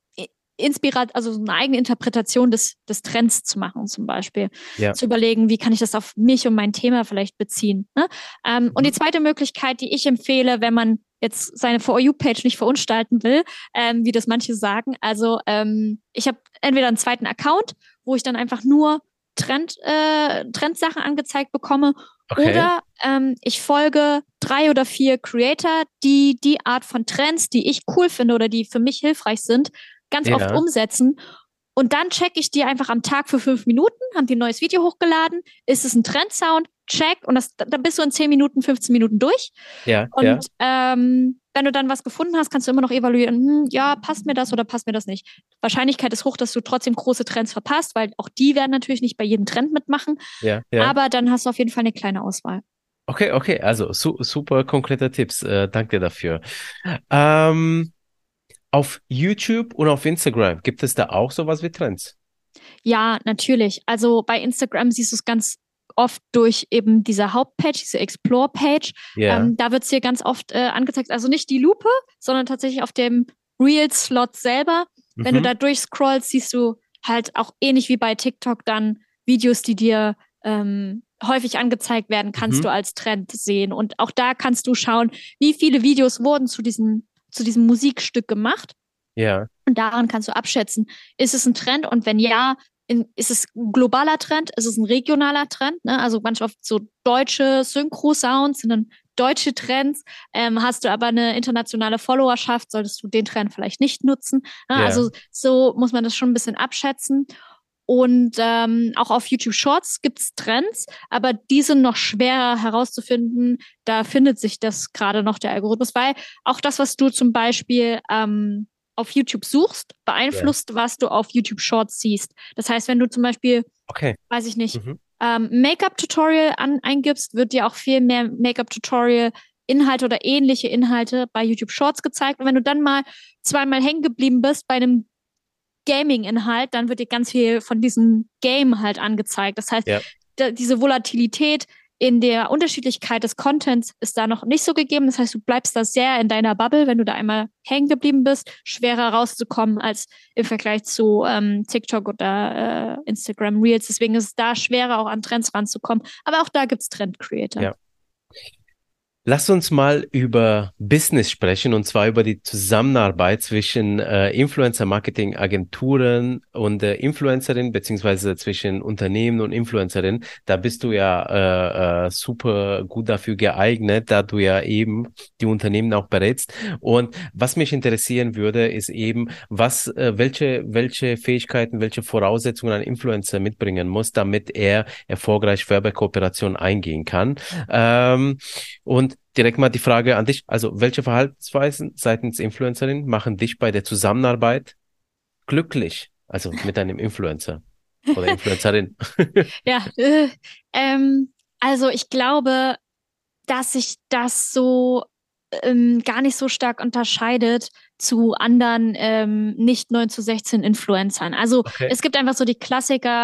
Inspirat, also eine eigene Interpretation des, des Trends zu machen, zum Beispiel. Ja. Zu überlegen, wie kann ich das auf mich und mein Thema vielleicht beziehen. Ne? Ähm, und die Mhm. zweite Möglichkeit, die ich empfehle, wenn man jetzt seine For You-Page nicht verunstalten will, ähm, wie das manche sagen. Also ähm, ich habe entweder einen zweiten Account, wo ich dann einfach nur Trend, äh, Trendsachen angezeigt bekomme, Okay. oder ähm, ich folge drei oder vier Creator, die die Art von Trends, die ich cool finde oder die für mich hilfreich sind, ganz oft Ja. umsetzen. Und dann check ich die einfach am Tag für fünf Minuten, haben die ein neues Video hochgeladen, ist es ein Trendsound, check, und das, da bist du in zehn Minuten, fünfzehn Minuten durch. Ja. Ja. Und ähm, wenn du dann was gefunden hast, kannst du immer noch evaluieren, hm, ja, passt mir das oder passt mir das nicht. Wahrscheinlichkeit ist hoch, dass du trotzdem große Trends verpasst, weil auch die werden natürlich nicht bei jedem Trend mitmachen. Ja. Ja. Aber dann hast du auf jeden Fall eine kleine Auswahl. Okay, okay. Also su super konkrete Tipps. Äh, danke dir dafür. Ähm, auf YouTube und auf Instagram gibt es da auch sowas wie Trends? Ja, natürlich. Also bei Instagram siehst du es ganz oft durch eben diese Hauptpage, diese Explore-Page. Ja. Ähm, da wird es dir ganz oft äh, angezeigt, also nicht die Lupe, sondern tatsächlich auf dem Reels-Slot selber. Wenn du Mhm. da durchscrollst, siehst du halt auch ähnlich wie bei TikTok dann Videos, die dir ähm, häufig angezeigt werden, kannst du Mhm. als Trend sehen. Und auch da kannst du schauen, wie viele Videos wurden zu diesem, zu diesem Musikstück gemacht. Ja. Und daran kannst du abschätzen, ist es ein Trend, und wenn ja, in, ist es ein globaler Trend, ist es ein regionaler Trend, ne? Also manchmal so deutsche Synchro-Sounds sind dann deutsche Trends. Ähm, hast du aber eine internationale Followerschaft, solltest du den Trend vielleicht nicht nutzen. Ne? Ja. Also so muss man das schon ein bisschen abschätzen. Und ähm, auch auf YouTube Shorts gibt es Trends, aber die sind noch schwerer herauszufinden. Da findet sich das gerade noch, der Algorithmus, weil auch das, was du zum Beispiel ähm, auf YouTube suchst, Ja. beeinflusst, was du auf YouTube Shorts siehst. Das heißt, wenn du zum Beispiel, Okay. weiß ich nicht, Mhm. ähm, Make-up-Tutorial an, eingibst, wird dir auch viel mehr Make-up-Tutorial Inhalte oder ähnliche Inhalte bei YouTube Shorts gezeigt. Und wenn du dann mal zweimal hängen geblieben bist bei einem Gaming-Inhalt, dann wird dir ganz viel von diesem Game halt angezeigt. Das heißt, Ja. da, diese Volatilität in der Unterschiedlichkeit des Contents ist da noch nicht so gegeben. Das heißt, du bleibst da sehr in deiner Bubble, wenn du da einmal hängen geblieben bist, schwerer rauszukommen als im Vergleich zu ähm, TikTok oder äh, Instagram Reels. Deswegen ist es da schwerer, auch an Trends ranzukommen. Aber auch da gibt es Trend-Creator. Ja. Lass uns mal über Business sprechen, und zwar über die Zusammenarbeit zwischen äh, Influencer-Marketing-Agenturen und äh, Influencerinnen, beziehungsweise zwischen Unternehmen und Influencerinnen. Da bist du ja äh, äh, super gut dafür geeignet, da du ja eben die Unternehmen auch berätst. Und was mich interessieren würde, ist eben, was, äh, welche, welche Fähigkeiten, welche Voraussetzungen ein Influencer mitbringen muss, damit er erfolgreich Werbekooperationen eingehen kann. Ähm, und direkt mal die Frage an dich. Also, welche Verhaltensweisen seitens Influencerin machen dich bei der Zusammenarbeit glücklich? Also mit einem Influencer oder Influencerin. Ja, äh, ähm, also ich glaube, dass sich das so ähm, gar nicht so stark unterscheidet zu anderen ähm, nicht neun zu sechzehn Influencern. Also Okay. es gibt einfach so die Klassiker,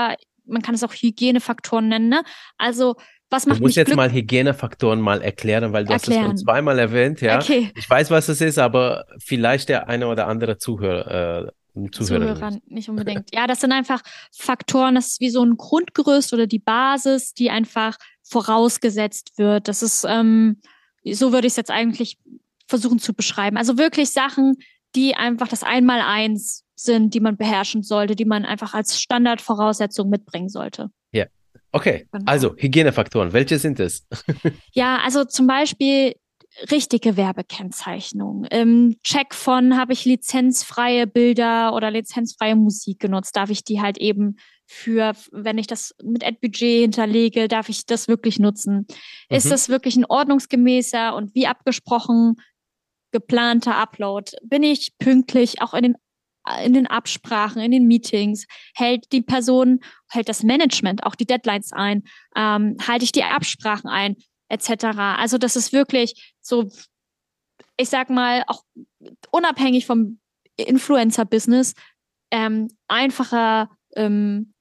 man kann es auch Hygienefaktoren nennen, ne? Also was macht Du musst mich jetzt glücklich? mal Hygienefaktoren mal erklären, weil du hast es schon Erklären. zweimal erwähnt, ja. Okay. Ich weiß, was es ist, aber vielleicht der eine oder andere Zuhörer, äh, Zuhörer Zuhörer nicht. nicht unbedingt. Ja, das sind einfach Faktoren, das ist wie so ein Grundgerüst oder die Basis, die einfach vorausgesetzt wird. Das ist, ähm, so würde ich es jetzt eigentlich versuchen zu beschreiben. Also wirklich Sachen, die einfach das Einmaleins sind, die man beherrschen sollte, die man einfach als Standardvoraussetzung mitbringen sollte. Ja. Okay, Genau. also Hygienefaktoren, welche sind es? Ja, also zum Beispiel richtige Werbekennzeichnung. Im Check von, habe ich lizenzfreie Bilder oder lizenzfreie Musik genutzt, darf ich die halt eben für, wenn ich das mit Ad-Budget hinterlege, darf ich das wirklich nutzen? Mhm. Ist das wirklich ein ordnungsgemäßer und wie abgesprochen geplanter Upload? Bin ich pünktlich auch in den in den Absprachen, in den Meetings? Hält die Person, hält das Management auch die Deadlines ein? Ähm, halte ich die Absprachen ein? Etc. Also das ist wirklich so, ich sag mal, auch unabhängig vom Influencer-Business, ähm, einfacher ähm,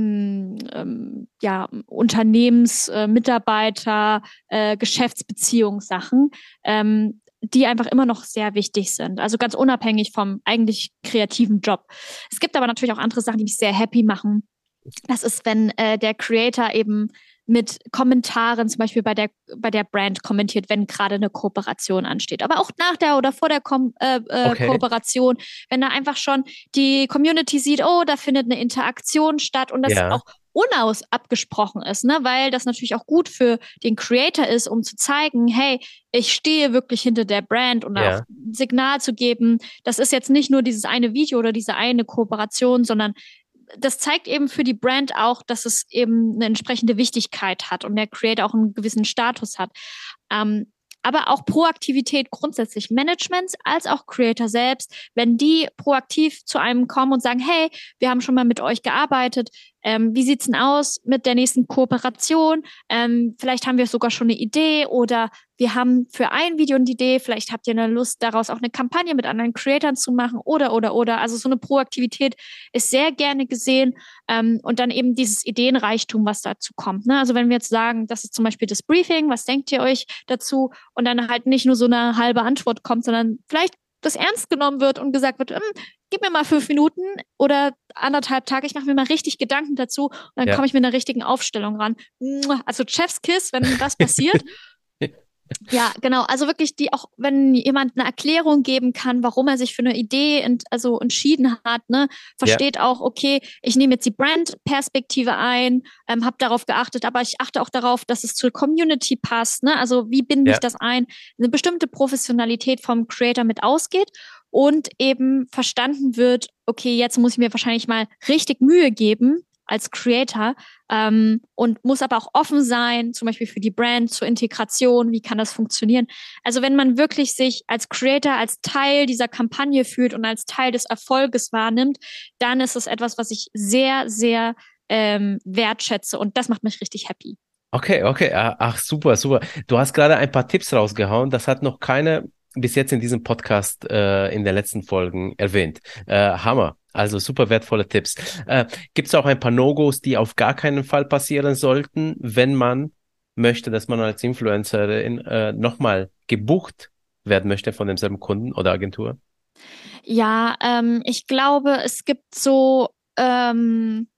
ähm, ja, Unternehmens-, äh, Mitarbeiter-, äh, Geschäftsbeziehungssachen, ähm, die einfach immer noch sehr wichtig sind. Also ganz unabhängig vom eigentlich kreativen Job. Es gibt aber natürlich auch andere Sachen, die mich sehr happy machen. Das ist, wenn äh, der Creator eben mit Kommentaren zum Beispiel bei der, bei der Brand kommentiert, wenn gerade eine Kooperation ansteht. Aber auch nach der oder vor der Kom- äh, äh, Okay. Kooperation, wenn da einfach schon die Community sieht, oh, da findet eine Interaktion statt und das Ja. auch unaus abgesprochen ist, ne? Weil das natürlich auch gut für den Creator ist, um zu zeigen, hey, ich stehe wirklich hinter der Brand und Ja. auch ein Signal zu geben, das ist jetzt nicht nur dieses eine Video oder diese eine Kooperation, sondern das zeigt eben für die Brand auch, dass es eben eine entsprechende Wichtigkeit hat und der Creator auch einen gewissen Status hat. Ähm, aber auch Proaktivität grundsätzlich Managements als auch Creator selbst, wenn die proaktiv zu einem kommen und sagen, hey, wir haben schon mal mit euch gearbeitet, ähm, wie sieht's denn aus mit der nächsten Kooperation? Ähm, vielleicht haben wir sogar schon eine Idee oder wir haben für ein Video eine Idee, vielleicht habt ihr eine Lust, daraus auch eine Kampagne mit anderen Creatoren zu machen oder, oder, oder. Also so eine Proaktivität ist sehr gerne gesehen ähm, und dann eben dieses Ideenreichtum, was dazu kommt. Ne? Also wenn wir jetzt sagen, das ist zum Beispiel das Briefing, was denkt ihr euch dazu? Und dann halt nicht nur so eine halbe Antwort kommt, sondern vielleicht das ernst genommen wird und gesagt wird, gib mir mal fünf Minuten oder anderthalb Tage, ich mache mir mal richtig Gedanken dazu und dann Ja. komme ich mit einer richtigen Aufstellung ran. Also Chef's Kiss, wenn das passiert. Ja, genau. Also wirklich die auch, wenn jemand eine Erklärung geben kann, warum er sich für eine Idee ent, also entschieden hat, ne, versteht ja. auch, okay, ich nehme jetzt die Brand-Perspektive ein, ähm, habe darauf geachtet, aber ich achte auch darauf, dass es zur Community passt, ne? Also wie binde ja. ich das ein? Eine bestimmte Professionalität vom Creator mit ausgeht und eben verstanden wird, okay, jetzt muss ich mir wahrscheinlich mal richtig Mühe geben als Creator ähm, und muss aber auch offen sein, zum Beispiel für die Brand, zur Integration, wie kann das funktionieren. Also wenn man wirklich sich als Creator, als Teil dieser Kampagne fühlt und als Teil des Erfolges wahrnimmt, dann ist es etwas, was ich sehr, sehr ähm, wertschätze und das macht mich richtig happy. Okay, okay, ach super, super. Du hast gerade ein paar Tipps rausgehauen, das hat noch keine bis jetzt in diesem Podcast äh, in den letzten Folgen erwähnt. Äh, Hammer. Also super wertvolle Tipps. Äh, gibt es auch ein paar No-Gos, die auf gar keinen Fall passieren sollten, wenn man möchte, dass man als Influencerin äh, nochmal gebucht werden möchte von demselben Kunden oder Agentur? Ja, ähm, ich glaube, es gibt so ähm,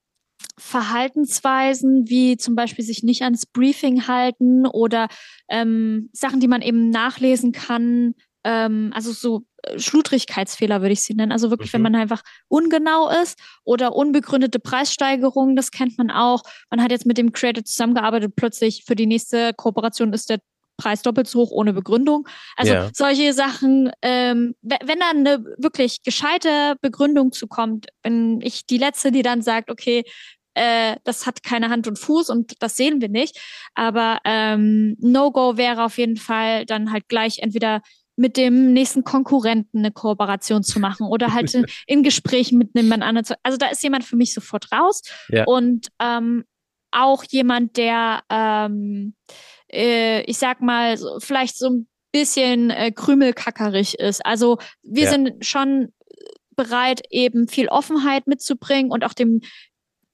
Verhaltensweisen, wie zum Beispiel sich nicht ans Briefing halten oder ähm, Sachen, die man eben nachlesen kann. Ähm, also so Schludrigkeitsfehler würde ich sie nennen. Also wirklich, mhm. wenn man einfach ungenau ist oder unbegründete Preissteigerungen, das kennt man auch. Man hat jetzt mit dem Creator zusammengearbeitet, plötzlich für die nächste Kooperation ist der Preis doppelt so hoch ohne Begründung. Also ja. solche Sachen, ähm, wenn da eine wirklich gescheite Begründung zukommt, bin ich die Letzte, die dann sagt, okay, äh, das hat keine Hand und Fuß und das sehen wir nicht. Aber ähm, No-Go wäre auf jeden Fall dann halt gleich entweder mit dem nächsten Konkurrenten eine Kooperation zu machen oder halt in, in Gesprächen mit jemand anderem. Zu, also da ist jemand für mich sofort raus. Ja. Und ähm, auch jemand, der ähm, äh, ich sag mal, so, vielleicht so ein bisschen äh, krümelkackerig ist. Also wir ja. sind schon bereit, eben viel Offenheit mitzubringen und auch dem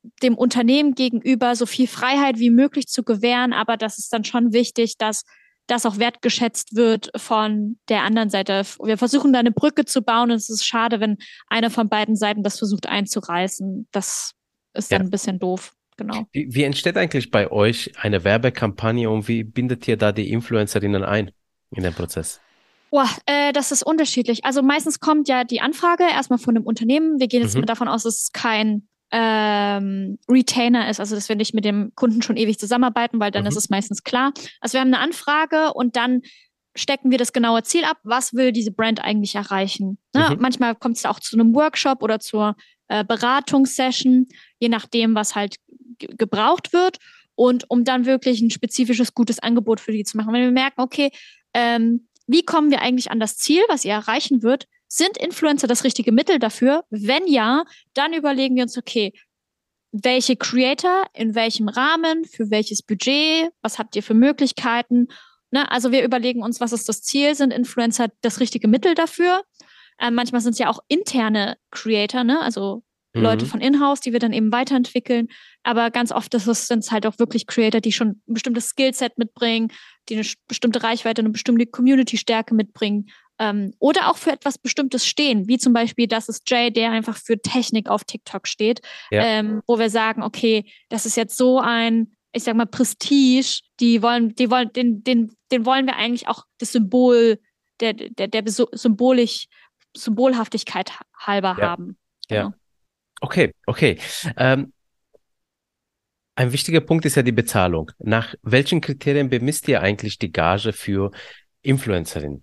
dem Unternehmen gegenüber so viel Freiheit wie möglich zu gewähren, aber das ist dann schon wichtig, dass das auch wertgeschätzt wird von der anderen Seite. Wir versuchen da eine Brücke zu bauen und es ist schade, wenn eine von beiden Seiten das versucht einzureißen. Das ist dann Ja. ein bisschen doof. Genau. Wie, wie entsteht eigentlich bei euch eine Werbekampagne und wie bindet ihr da die Influencerinnen ein in den Prozess? Boah, äh, das ist unterschiedlich. Also meistens kommt ja die Anfrage erstmal von einem Unternehmen. Wir gehen jetzt Mhm. mal davon aus, dass es kein ähm, Retainer ist, also dass wir nicht mit dem Kunden schon ewig zusammenarbeiten, weil dann Mhm. ist es meistens klar. Also wir haben eine Anfrage und dann stecken wir das genaue Ziel ab, was will diese Brand eigentlich erreichen. Ne? Mhm. Manchmal kommt es auch zu einem Workshop oder zur äh, Beratungssession, je nachdem, was halt ge- gebraucht wird. Und um dann wirklich ein spezifisches, gutes Angebot für die zu machen. Wenn wir merken, okay, ähm, wie kommen wir eigentlich an das Ziel, was ihr erreichen wird? Sind Influencer das richtige Mittel dafür? Wenn ja, dann überlegen wir uns, okay, welche Creator, in welchem Rahmen, für welches Budget, was habt ihr für Möglichkeiten? Ne? Also wir überlegen uns, was ist das Ziel? Sind Influencer das richtige Mittel dafür? Ähm, manchmal sind es ja auch interne Creator, ne? Also Leute Mhm. von In-house, die wir dann eben weiterentwickeln. Aber ganz oft sind es halt auch wirklich Creator, die schon ein bestimmtes Skillset mitbringen, die eine bestimmte Reichweite, eine bestimmte Community-Stärke mitbringen. Ähm, oder auch für etwas Bestimmtes stehen, wie zum Beispiel, das ist Jay, der einfach für Technik auf TikTok steht, Ja. ähm, wo wir sagen, okay, das ist jetzt so ein, ich sag mal, Prestige, die wollen, die wollen, den, den, den wollen wir eigentlich auch das Symbol, der, der, der symbolisch, Symbolhaftigkeit halber Ja. haben. Ja. Genau. Okay, okay. Ähm, ein wichtiger Punkt ist ja die Bezahlung. Nach welchen Kriterien bemisst ihr eigentlich die Gage für Influencerinnen?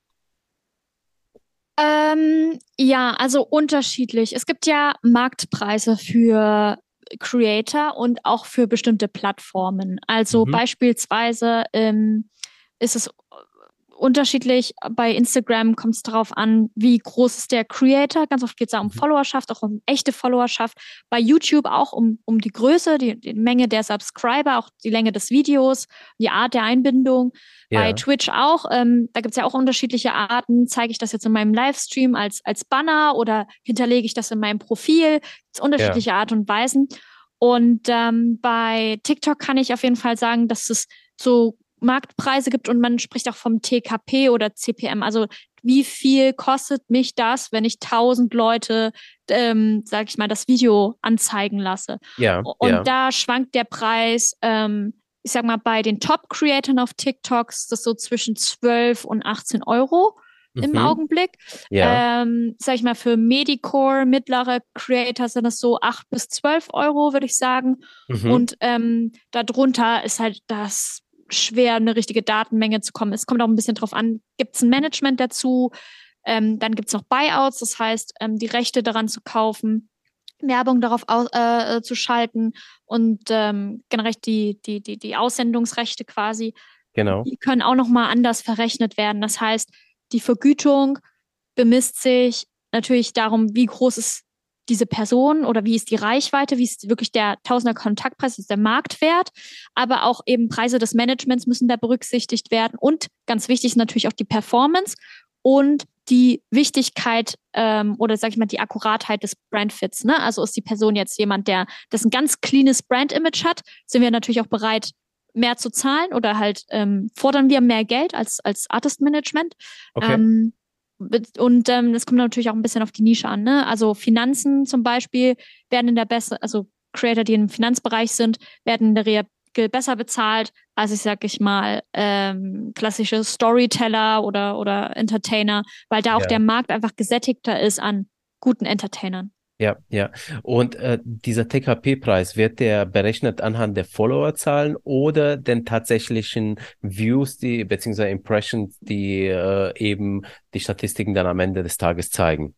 Ähm, ja, also unterschiedlich. Es gibt ja Marktpreise für Creator und auch für bestimmte Plattformen. Also Mhm. beispielsweise ähm, ist es unterschiedlich. Bei Instagram kommt es darauf an, wie groß ist der Creator. Ganz oft geht es da um Mhm. Followerschaft, auch um echte Followerschaft. Bei YouTube auch um, um die Größe, die, die Menge der Subscriber, auch die Länge des Videos, die Art der Einbindung. Bei Ja. Twitch auch. Ähm, da gibt es ja auch unterschiedliche Arten. Zeige ich das jetzt in meinem Livestream als, als Banner oder hinterlege ich das in meinem Profil? Gibt's unterschiedliche Art und Weisen. Und ähm, bei TikTok kann ich auf jeden Fall sagen, dass es so Marktpreise gibt und man spricht auch vom T K P oder C P M. Also wie viel kostet mich das, wenn ich tausend Leute, ähm, sag ich mal, das Video anzeigen lasse? Ja. Und Ja. da schwankt der Preis, ähm, ich sag mal, bei den Top-Creatoren auf TikToks, das so zwischen zwölf und achtzehn Euro im Mhm. Augenblick. Ja. Ähm, sag ich mal, für Medicore, mittlere Creator sind es so acht bis zwölf Euro, würde ich sagen. Mhm. Und ähm, darunter ist halt das schwer, eine richtige Datenmenge zu kommen. Es kommt auch ein bisschen drauf an, gibt es ein Management dazu? Ähm, dann gibt es noch Buyouts, das heißt, ähm, die Rechte daran zu kaufen, Werbung darauf aus, äh, zu schalten und ähm, generell die, die, die, die Aussendungsrechte quasi, Genau. die können auch nochmal anders verrechnet werden. Das heißt, die Vergütung bemisst sich natürlich darum, wie groß ist diese Person oder wie ist die Reichweite, wie ist wirklich der Tausender Kontaktpreis, ist der Marktwert, aber auch eben Preise des Managements müssen da berücksichtigt werden und ganz wichtig ist natürlich auch die Performance und die Wichtigkeit ähm, oder sag ich mal die Akkuratheit des Brandfits. Ne? Also ist die Person jetzt jemand, der das ein ganz cleanes Brand-Image hat, sind wir natürlich auch bereit, mehr zu zahlen oder halt ähm, fordern wir mehr Geld als, als Artist-Management. Okay. Ähm, und ähm, das kommt natürlich auch ein bisschen auf die Nische an. Ne? Also Finanzen zum Beispiel werden in der besser, also Creator, die im Finanzbereich sind, werden in der Regel besser bezahlt als ich sag ich mal ähm, klassische Storyteller oder oder Entertainer, weil da auch Ja. der Markt einfach gesättigter ist an guten Entertainern. Ja, ja. Und äh, dieser T K P-Preis, wird der berechnet anhand der Followerzahlen oder den tatsächlichen Views, die beziehungsweise Impressions, die äh, eben die Statistiken dann am Ende des Tages zeigen?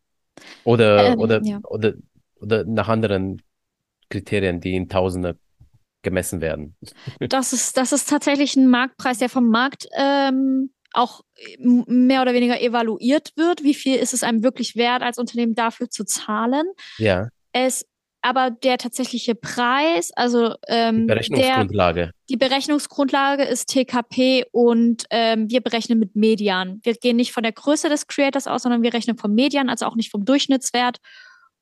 Oder Ähm, oder ja. oder oder nach anderen Kriterien, die in Tausende gemessen werden? Das ist, das ist tatsächlich ein Marktpreis, der vom Markt ähm, auch m- mehr oder weniger evaluiert wird. Wie viel ist es einem wirklich wert, als Unternehmen dafür zu zahlen? Ja, Es, aber der tatsächliche Preis, also die ähm, der, Berechnungsgrundlage. die Berechnungsgrundlage ist T K P und ähm, wir berechnen mit Median. Wir gehen nicht von der Größe des Creators aus, sondern wir rechnen vom Median, also auch nicht vom Durchschnittswert.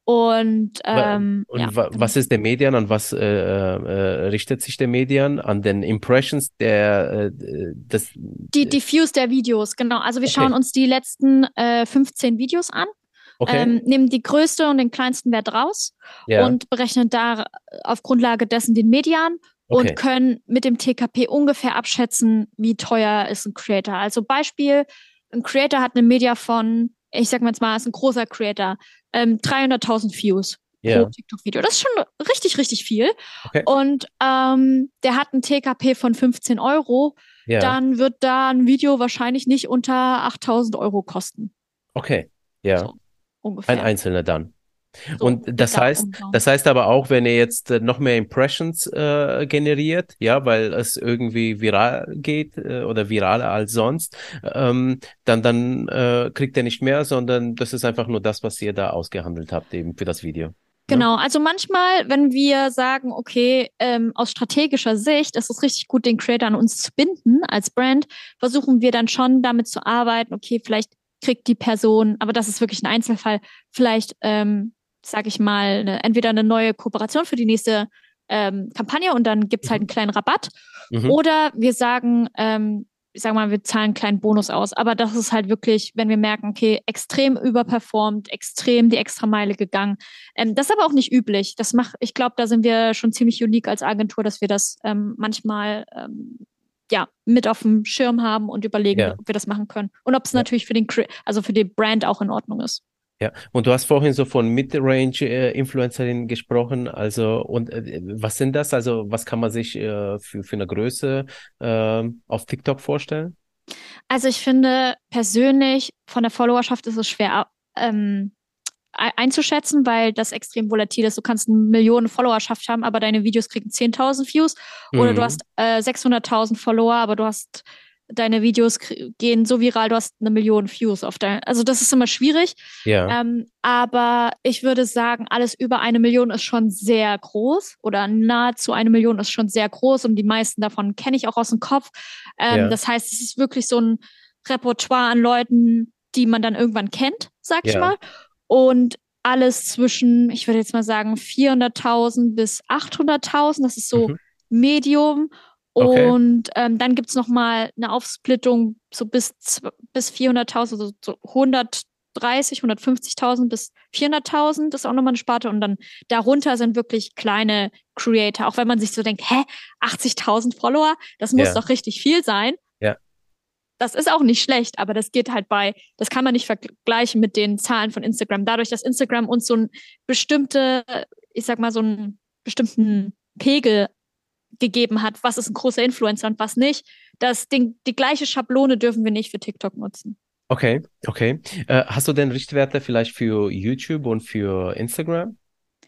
Und, ähm, Und ja, wa- genau. was ist der Median? An was äh, äh, richtet sich der Median? An den Impressions der, äh, das, Die, äh, die Views der Videos, genau. Also wir schauen okay, uns die letzten äh, fünfzehn Videos an, okay, ähm, nehmen die größte und den kleinsten Wert raus ja, und berechnen da auf Grundlage dessen den Median und okay, können mit dem T K P ungefähr abschätzen, wie teuer ist ein Creator. Also Beispiel, ein Creator hat eine Media von, ich sag mal jetzt mal, ist ein großer Creator, ähm, dreihunderttausend Views pro ja, TikTok-Video. Das ist schon richtig, richtig viel. okay, Und ähm, der hat ein T K P von fünfzehn Euro, ja, dann wird da ein Video wahrscheinlich nicht unter achttausend Euro kosten. okay, ja, So ein ungefähr. einzelner dann. So Und Pi das heißt, Daumen. Daumen. das heißt aber auch, wenn er jetzt äh, noch mehr Impressions äh, generiert, ja, weil es irgendwie viral geht äh, oder viraler als sonst, ähm, dann, dann äh, kriegt er nicht mehr, sondern das ist einfach nur das, was ihr da ausgehandelt habt, eben für das Video. Ne? Genau, also manchmal, wenn wir sagen, okay, ähm, aus strategischer Sicht ist es richtig gut, den Creator an uns zu binden als Brand, versuchen wir dann schon damit zu arbeiten, okay, vielleicht kriegt die Person, aber das ist wirklich ein Einzelfall, vielleicht, ähm, sage ich mal, eine, entweder eine neue Kooperation für die nächste ähm, Kampagne und dann gibt's halt einen Mhm. kleinen Rabatt. Mhm. Oder wir sagen, ähm, ich sag mal, wir zahlen einen kleinen Bonus aus. Aber das ist halt wirklich, wenn wir merken, okay, extrem überperformt, extrem die Extrameile gegangen. Ähm, das ist aber auch nicht üblich. Das macht, ich glaube, da sind wir schon ziemlich unique als Agentur, dass wir das ähm, manchmal ähm, ja mit auf dem Schirm haben und überlegen, Ja. ob wir das machen können. Und ob es Ja. natürlich für den, Cre- also für die Brand auch in Ordnung ist. Ja, und du hast vorhin so von Mid-Range-Influencerinnen gesprochen, also und äh, was sind das? Also was kann man sich äh, für, für eine Größe ähm, auf TikTok vorstellen? Also ich finde persönlich von der Followerschaft ist es schwer ähm, ei- einzuschätzen, weil das extrem volatil ist. Du kannst eine Millionen Followerschaft haben, aber deine Videos kriegen zehntausend Views. Oder du Mhm. hast äh, sechshunderttausend Follower, aber du hast deine Videos krie- gehen so viral, du hast eine Million Views auf dein. Also das ist immer schwierig. Ja, Ähm, aber ich würde sagen, alles über eine Million ist schon sehr groß oder nahezu eine Million ist schon sehr groß und die meisten davon kenne ich auch aus dem Kopf. Ähm, ja, das heißt, es ist wirklich so ein Repertoire an Leuten, die man dann irgendwann kennt, sag ich ja. mal. Und alles zwischen, ich würde jetzt mal sagen, vierhunderttausend bis achthunderttausend. Das ist so Mhm. Medium. Okay, Und ähm, dann gibt es nochmal eine Aufsplittung so bis, zw- bis vierhunderttausend, also so hundertdreißig, hundertfünfzigtausend bis vierhunderttausend ist auch nochmal eine Sparte. Und dann darunter sind wirklich kleine Creator. Auch wenn man sich so denkt, hä, achtzigtausend Follower, das muss ja, doch richtig viel sein. ja, Das ist auch nicht schlecht, aber das geht halt bei, das kann man nicht vergleichen mit den Zahlen von Instagram. Dadurch, dass Instagram uns so ein bestimmte, ich sag mal, so einen bestimmten Pegel gegeben hat, was ist ein großer Influencer und was nicht, das Ding, die gleiche Schablone dürfen wir nicht für TikTok nutzen. okay, okay. Äh, hast du denn Richtwerte vielleicht für YouTube und für Instagram?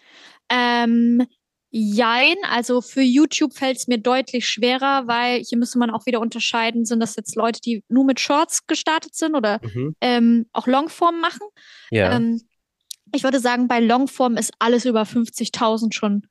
Ähm, Jein, also für YouTube fällt es mir deutlich schwerer, weil hier müsste man auch wieder unterscheiden, sind das jetzt Leute, die nur mit Shorts gestartet sind oder Mhm. ähm, auch Longform machen. Ja, Ähm, Ich würde sagen, bei Longform ist alles über fünfzigtausend schon,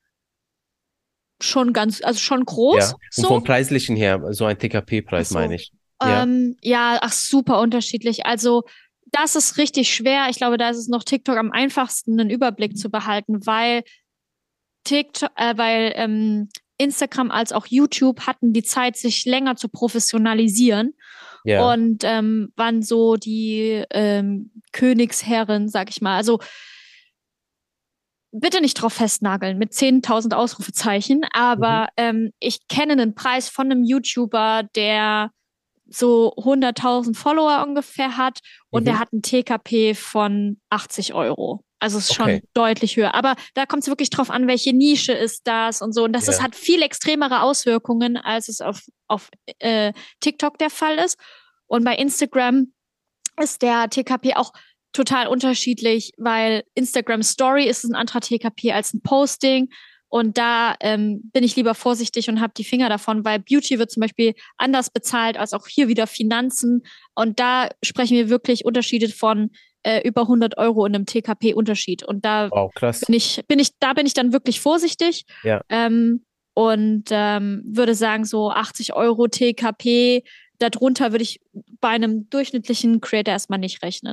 schon ganz, also schon groß, ja. Und vom so. Preislichen her, so ein T K Ach P-Preis meine so. ich. Ja, Ähm, ja, ach, super unterschiedlich. Also, das ist richtig schwer. Ich glaube, da ist es noch TikTok am einfachsten, einen Überblick zu behalten, weil TikTok, äh, weil ähm, Instagram als auch YouTube hatten die Zeit, sich länger zu professionalisieren ja, und ähm, waren so die ähm, Königsherren, sag ich mal. Also bitte nicht drauf festnageln mit zehntausend Ausrufezeichen, mhm. aber ähm, ich kenne einen Preis von einem YouTuber, der so hunderttausend Follower ungefähr hat und der Mhm. hat ein T K P von achtzig Euro. Also es ist Okay, schon deutlich höher. Aber da kommt es wirklich drauf an, welche Nische ist das und so. Und das ist, ja, hat viel extremere Auswirkungen, als es auf, auf äh, TikTok der Fall ist. Und bei Instagram ist der T K P auch total unterschiedlich, weil Instagram Story ist ein anderer T K P als ein Posting. Und da ähm, bin ich lieber vorsichtig und habe die Finger davon, weil Beauty wird zum Beispiel anders bezahlt als auch hier wieder Finanzen. Und da sprechen wir wirklich Unterschiede von äh, über hundert Euro in einem T K P-Unterschied. Und da wow, krass. bin ich, bin ich, da bin ich dann wirklich vorsichtig Ja. ähm, und ähm, würde sagen, so achtzig Euro T K P, darunter würde ich bei einem durchschnittlichen Creator erstmal nicht rechnen.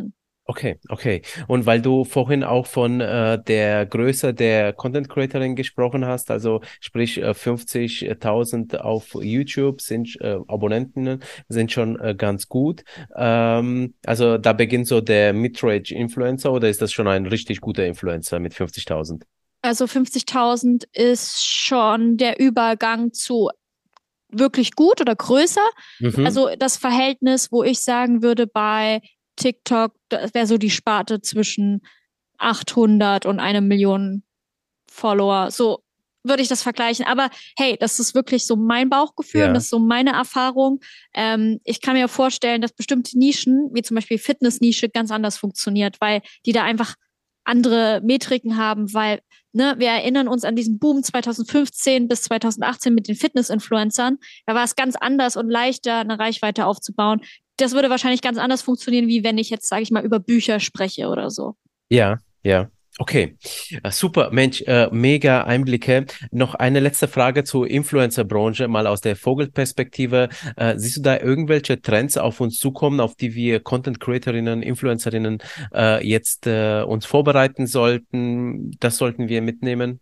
Okay, okay. Und weil du vorhin auch von äh, der Größe der Content Creatorin gesprochen hast, also sprich äh, fünfzigtausend auf YouTube sind äh, Abonnenten sind schon äh, ganz gut. Ähm, also da beginnt so der Mid-Range Influencer oder ist das schon ein richtig guter Influencer mit fünfzigtausend? Also fünfzigtausend ist schon der Übergang zu wirklich gut oder größer. Mhm. Also das Verhältnis, wo ich sagen würde, bei TikTok, das wäre so die Sparte zwischen achthundert und eine Million Follower. So würde ich das vergleichen. Aber hey, das ist wirklich so mein Bauchgefühl und das Ja, ist so meine Erfahrung. Ähm, ich kann mir vorstellen, dass bestimmte Nischen, wie zum Beispiel Fitness-Nische, ganz anders funktioniert, weil die da einfach andere Metriken haben, weil ne, wir erinnern uns an diesen Boom zweitausendfünfzehn bis zweitausendachtzehn mit den Fitness-Influencern. Da war es ganz anders und leichter, eine Reichweite aufzubauen. Das würde wahrscheinlich ganz anders funktionieren, wie wenn ich jetzt, sage ich mal, über Bücher spreche oder so. ja, ja. Okay, Äh, super, Mensch, äh, mega Einblicke. Noch eine letzte Frage zur Influencer-Branche, mal aus der Vogelperspektive. Äh, siehst du da irgendwelche Trends auf uns zukommen, auf die wir Content-Creatorinnen, Influencerinnen äh, jetzt äh, uns vorbereiten sollten? Das sollten wir mitnehmen.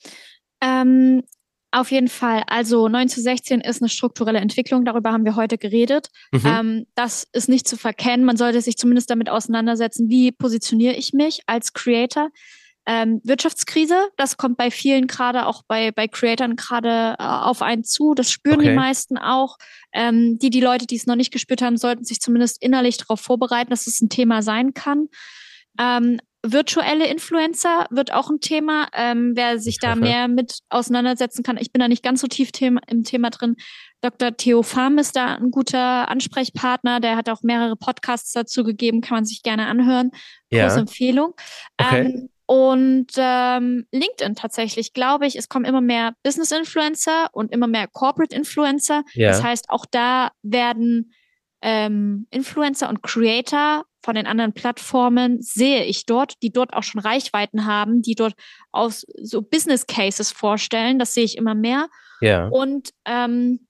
Ähm, auf jeden Fall. Also neun zu sechzehn ist eine strukturelle Entwicklung, darüber haben wir heute geredet. Mhm. Ähm, das ist nicht zu verkennen. Man sollte sich zumindest damit auseinandersetzen, wie positioniere ich mich als Creator. Ähm, Wirtschaftskrise, das kommt bei vielen gerade, auch bei, bei Creatoren gerade äh, auf einen zu. Das spüren die Okay, meisten auch. Ähm, die, die Leute, die es noch nicht gespürt haben, sollten sich zumindest innerlich darauf vorbereiten, dass es ein Thema sein kann. Ähm, virtuelle Influencer wird auch ein Thema. Ähm, wer sich da mehr mit auseinandersetzen kann, ich bin da nicht ganz so tief Thema, im Thema drin. Doktor Theo Pham ist da ein guter Ansprechpartner. Der hat auch mehrere Podcasts dazu gegeben, kann man sich gerne anhören. Große ja, Empfehlung. okay, Ähm, und ähm, LinkedIn tatsächlich, glaube ich, es kommen immer mehr Business-Influencer und immer mehr Corporate-Influencer. Das ja, heißt, auch da werden ähm, Influencer und Creator von den anderen Plattformen sehe ich dort, die dort auch schon Reichweiten haben, die dort aus so Business Cases vorstellen. Das sehe ich immer mehr. ja, Und ähm,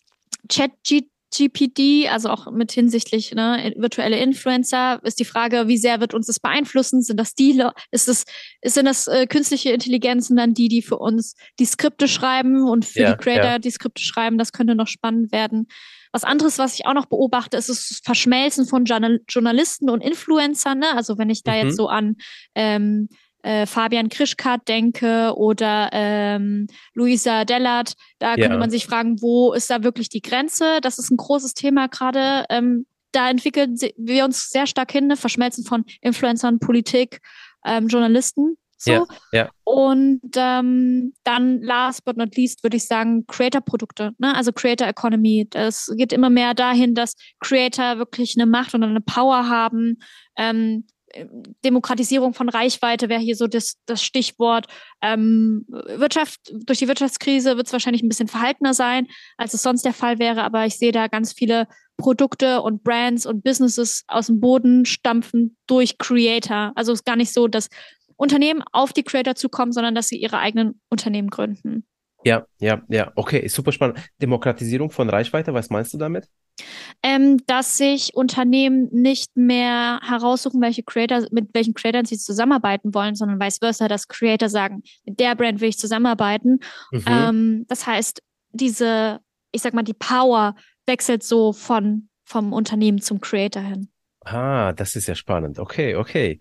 ChatGPT, also auch mit hinsichtlich ne, virtuelle Influencer, ist die Frage, wie sehr wird uns das beeinflussen? Sind das Stile? Ist es, sind das äh, künstliche Intelligenzen dann die, die für uns die Skripte schreiben und für die ja, ja, Creator die Skripte schreiben? Das könnte noch spannend werden. Was anderes, was ich auch noch beobachte, ist das Verschmelzen von Journal Journalisten und Influencern. Ne? Also wenn ich da jetzt mhm. so an ähm, äh, Fabian Krischkat denke oder ähm, Luisa Dellert, da könnte Ja, man sich fragen, wo ist da wirklich die Grenze? Das ist ein großes Thema gerade. Ähm, da entwickeln wir uns sehr stark hin, ne? Verschmelzen von Influencern, Politik, ähm, Journalisten. ja, So. ja, Und ähm, dann last but not least würde ich sagen Creator-Produkte, ne? Also Creator Economy. Das geht immer mehr dahin, dass Creator wirklich eine Macht und eine Power haben. Ähm, Demokratisierung von Reichweite wäre hier so das, das Stichwort. Ähm, Wirtschaft, durch die Wirtschaftskrise wird es wahrscheinlich ein bisschen verhaltener sein, als es sonst der Fall wäre, aber ich sehe da ganz viele Produkte und Brands und Businesses aus dem Boden stampfen durch Creator. Also es ist gar nicht so, dass Unternehmen auf die Creator zukommen, sondern dass sie ihre eigenen Unternehmen gründen. ja, ja, ja, okay, super spannend. Demokratisierung von Reichweite, was meinst du damit? Ähm, dass sich Unternehmen nicht mehr heraussuchen, welche Creator, mit welchen Creators sie zusammenarbeiten wollen, sondern vice versa, dass Creator sagen, mit der Brand will ich zusammenarbeiten. Mhm. Ähm, das heißt, diese, ich sag mal, die Power wechselt so von, vom Unternehmen zum Creator hin. Ah, das ist ja spannend. Okay, okay.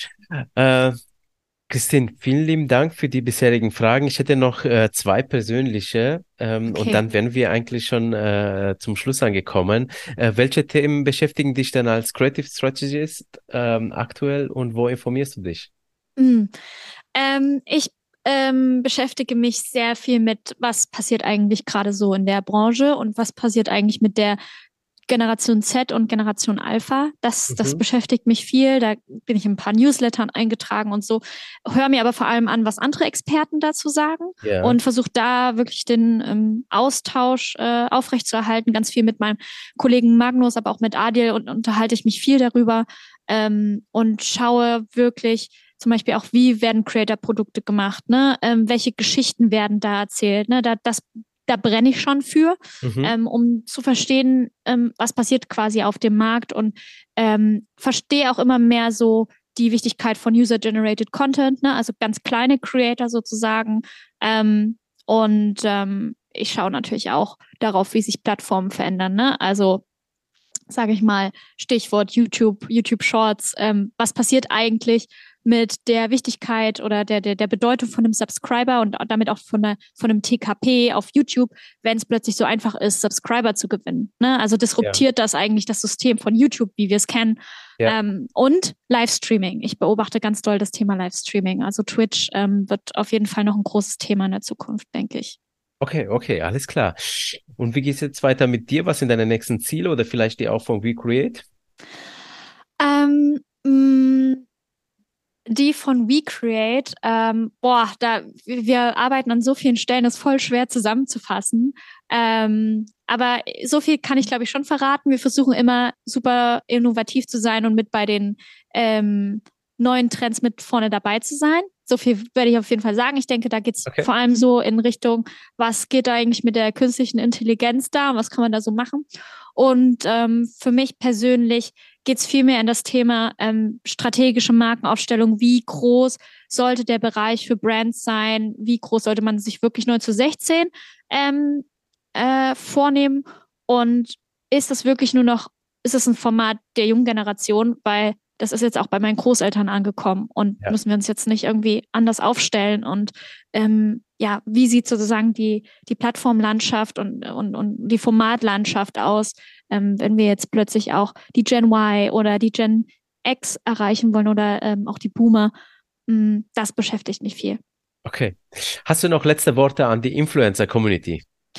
Äh, Christine, vielen lieben Dank für die bisherigen Fragen. Ich hätte noch äh, zwei persönliche ähm, und Okay. dann wären wir eigentlich schon äh, zum Schluss angekommen. Äh, welche Themen beschäftigen dich denn als Creative Strategist ähm, aktuell und wo informierst du dich? Mhm. Ähm, ich ähm, beschäftige mich sehr viel mit, was passiert eigentlich gerade so in der Branche und was passiert eigentlich mit der Generation Z und Generation Alpha. Das, das Mhm. beschäftigt mich viel. Da bin ich in ein paar Newslettern eingetragen und so. Höre mir aber vor allem an, was andere Experten dazu sagen Ja, und versuche da wirklich den ähm, Austausch äh, aufrechtzuerhalten. Ganz viel mit meinem Kollegen Magnus, aber auch mit Adil und unterhalte ich mich viel darüber ähm, und schaue wirklich zum Beispiel auch, wie werden Creator-Produkte gemacht, ne? Ähm, welche Geschichten werden da erzählt, ne? Da, das da brenne ich schon für, Mhm. ähm, um zu verstehen, ähm, was passiert quasi auf dem Markt und ähm, verstehe auch immer mehr so die Wichtigkeit von User-Generated Content, ne? Also ganz kleine Creator sozusagen. Ähm, und ähm, ich schaue natürlich auch darauf, wie sich Plattformen verändern, ne? Also sage ich mal, Stichwort YouTube, YouTube Shorts. Ähm, was passiert eigentlich mit der Wichtigkeit oder der, der, der Bedeutung von einem Subscriber und damit auch von, der, von einem T K P auf YouTube, wenn es plötzlich so einfach ist, Subscriber zu gewinnen. Ne? Also Ja, disruptiert das eigentlich das System von YouTube, wie wir es kennen. ja. Ähm, und Livestreaming. Ich beobachte ganz doll das Thema Livestreaming. Also Twitch ähm, wird auf jeden Fall noch ein großes Thema in der Zukunft, denke ich. Okay, okay, alles klar. Und wie geht's jetzt weiter mit dir? Was sind deine nächsten Ziele oder vielleicht die auch von WeCreate? Ähm, mh, Die von WeCreate, ähm, boah, da, wir arbeiten an so vielen Stellen, das ist voll schwer zusammenzufassen. Ähm, aber so viel kann ich, glaube ich, schon verraten. Wir versuchen immer super innovativ zu sein und mit bei den ähm, neuen Trends mit vorne dabei zu sein. So viel werde ich auf jeden Fall sagen. Ich denke, da geht's Okay. vor allem so in Richtung, was geht da eigentlich mit der künstlichen Intelligenz da und was kann man da so machen? Und ähm, für mich persönlich geht es vielmehr in das Thema ähm, strategische Markenaufstellung. Wie groß sollte der Bereich für Brands sein? Wie groß sollte man sich wirklich neun zu sechzehn ähm, äh, vornehmen? Und ist das wirklich nur noch, ist es ein Format der jungen Generation? Weil das ist jetzt auch bei meinen Großeltern angekommen und Ja. müssen wir uns jetzt nicht irgendwie anders aufstellen und ähm, ja, wie sieht sozusagen die, die Plattformlandschaft und, und, und die Formatlandschaft aus, ähm, wenn wir jetzt plötzlich auch die Gen Y oder die Gen X erreichen wollen oder ähm, auch die Boomer, mh, das beschäftigt mich viel. Okay. Hast du noch letzte Worte an die Influencer-Community?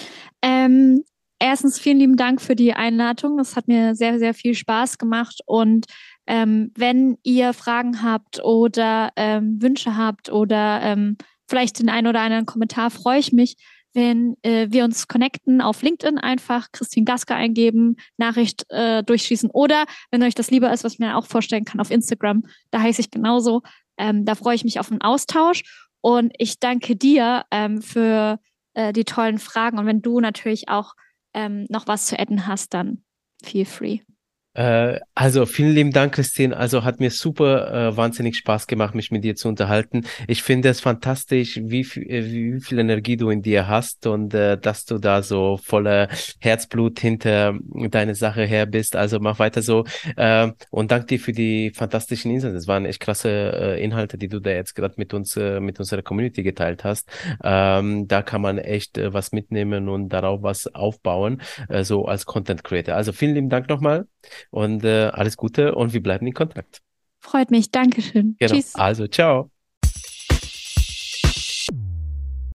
Ähm, Erstens vielen lieben Dank für die Einladung. Das hat mir sehr, sehr viel Spaß gemacht. Und ähm, wenn ihr Fragen habt oder ähm, Wünsche habt oder ähm, vielleicht den einen oder anderen Kommentar, freue ich mich, wenn äh, wir uns connecten auf LinkedIn, einfach Christine Gaske eingeben, Nachricht äh, durchschießen oder wenn euch das lieber ist, was ich mir auch vorstellen kann, auf Instagram, da heiße ich genauso. Ähm, da freue ich mich auf einen Austausch und ich danke dir ähm, für äh, die tollen Fragen und wenn du natürlich auch ähm, noch was zu adden hast, dann feel free. Äh, also vielen lieben Dank, Christine. Also hat mir super äh, wahnsinnig Spaß gemacht, mich mit dir zu unterhalten. Ich finde es fantastisch, wie viel, äh, wie viel Energie du in dir hast und äh, dass du da so voller Herzblut hinter deine Sache her bist. Also mach weiter so. Äh, und danke dir für die fantastischen Inhalte. Das waren echt klasse äh, Inhalte, die du da jetzt gerade mit uns, äh, mit unserer Community geteilt hast. Ähm, da kann man echt äh, was mitnehmen und darauf was aufbauen, äh, so als Content Creator. Also vielen lieben Dank nochmal. Und äh, alles Gute und wir bleiben in Kontakt. Freut mich. Dankeschön. Genau. Tschüss. Also, ciao.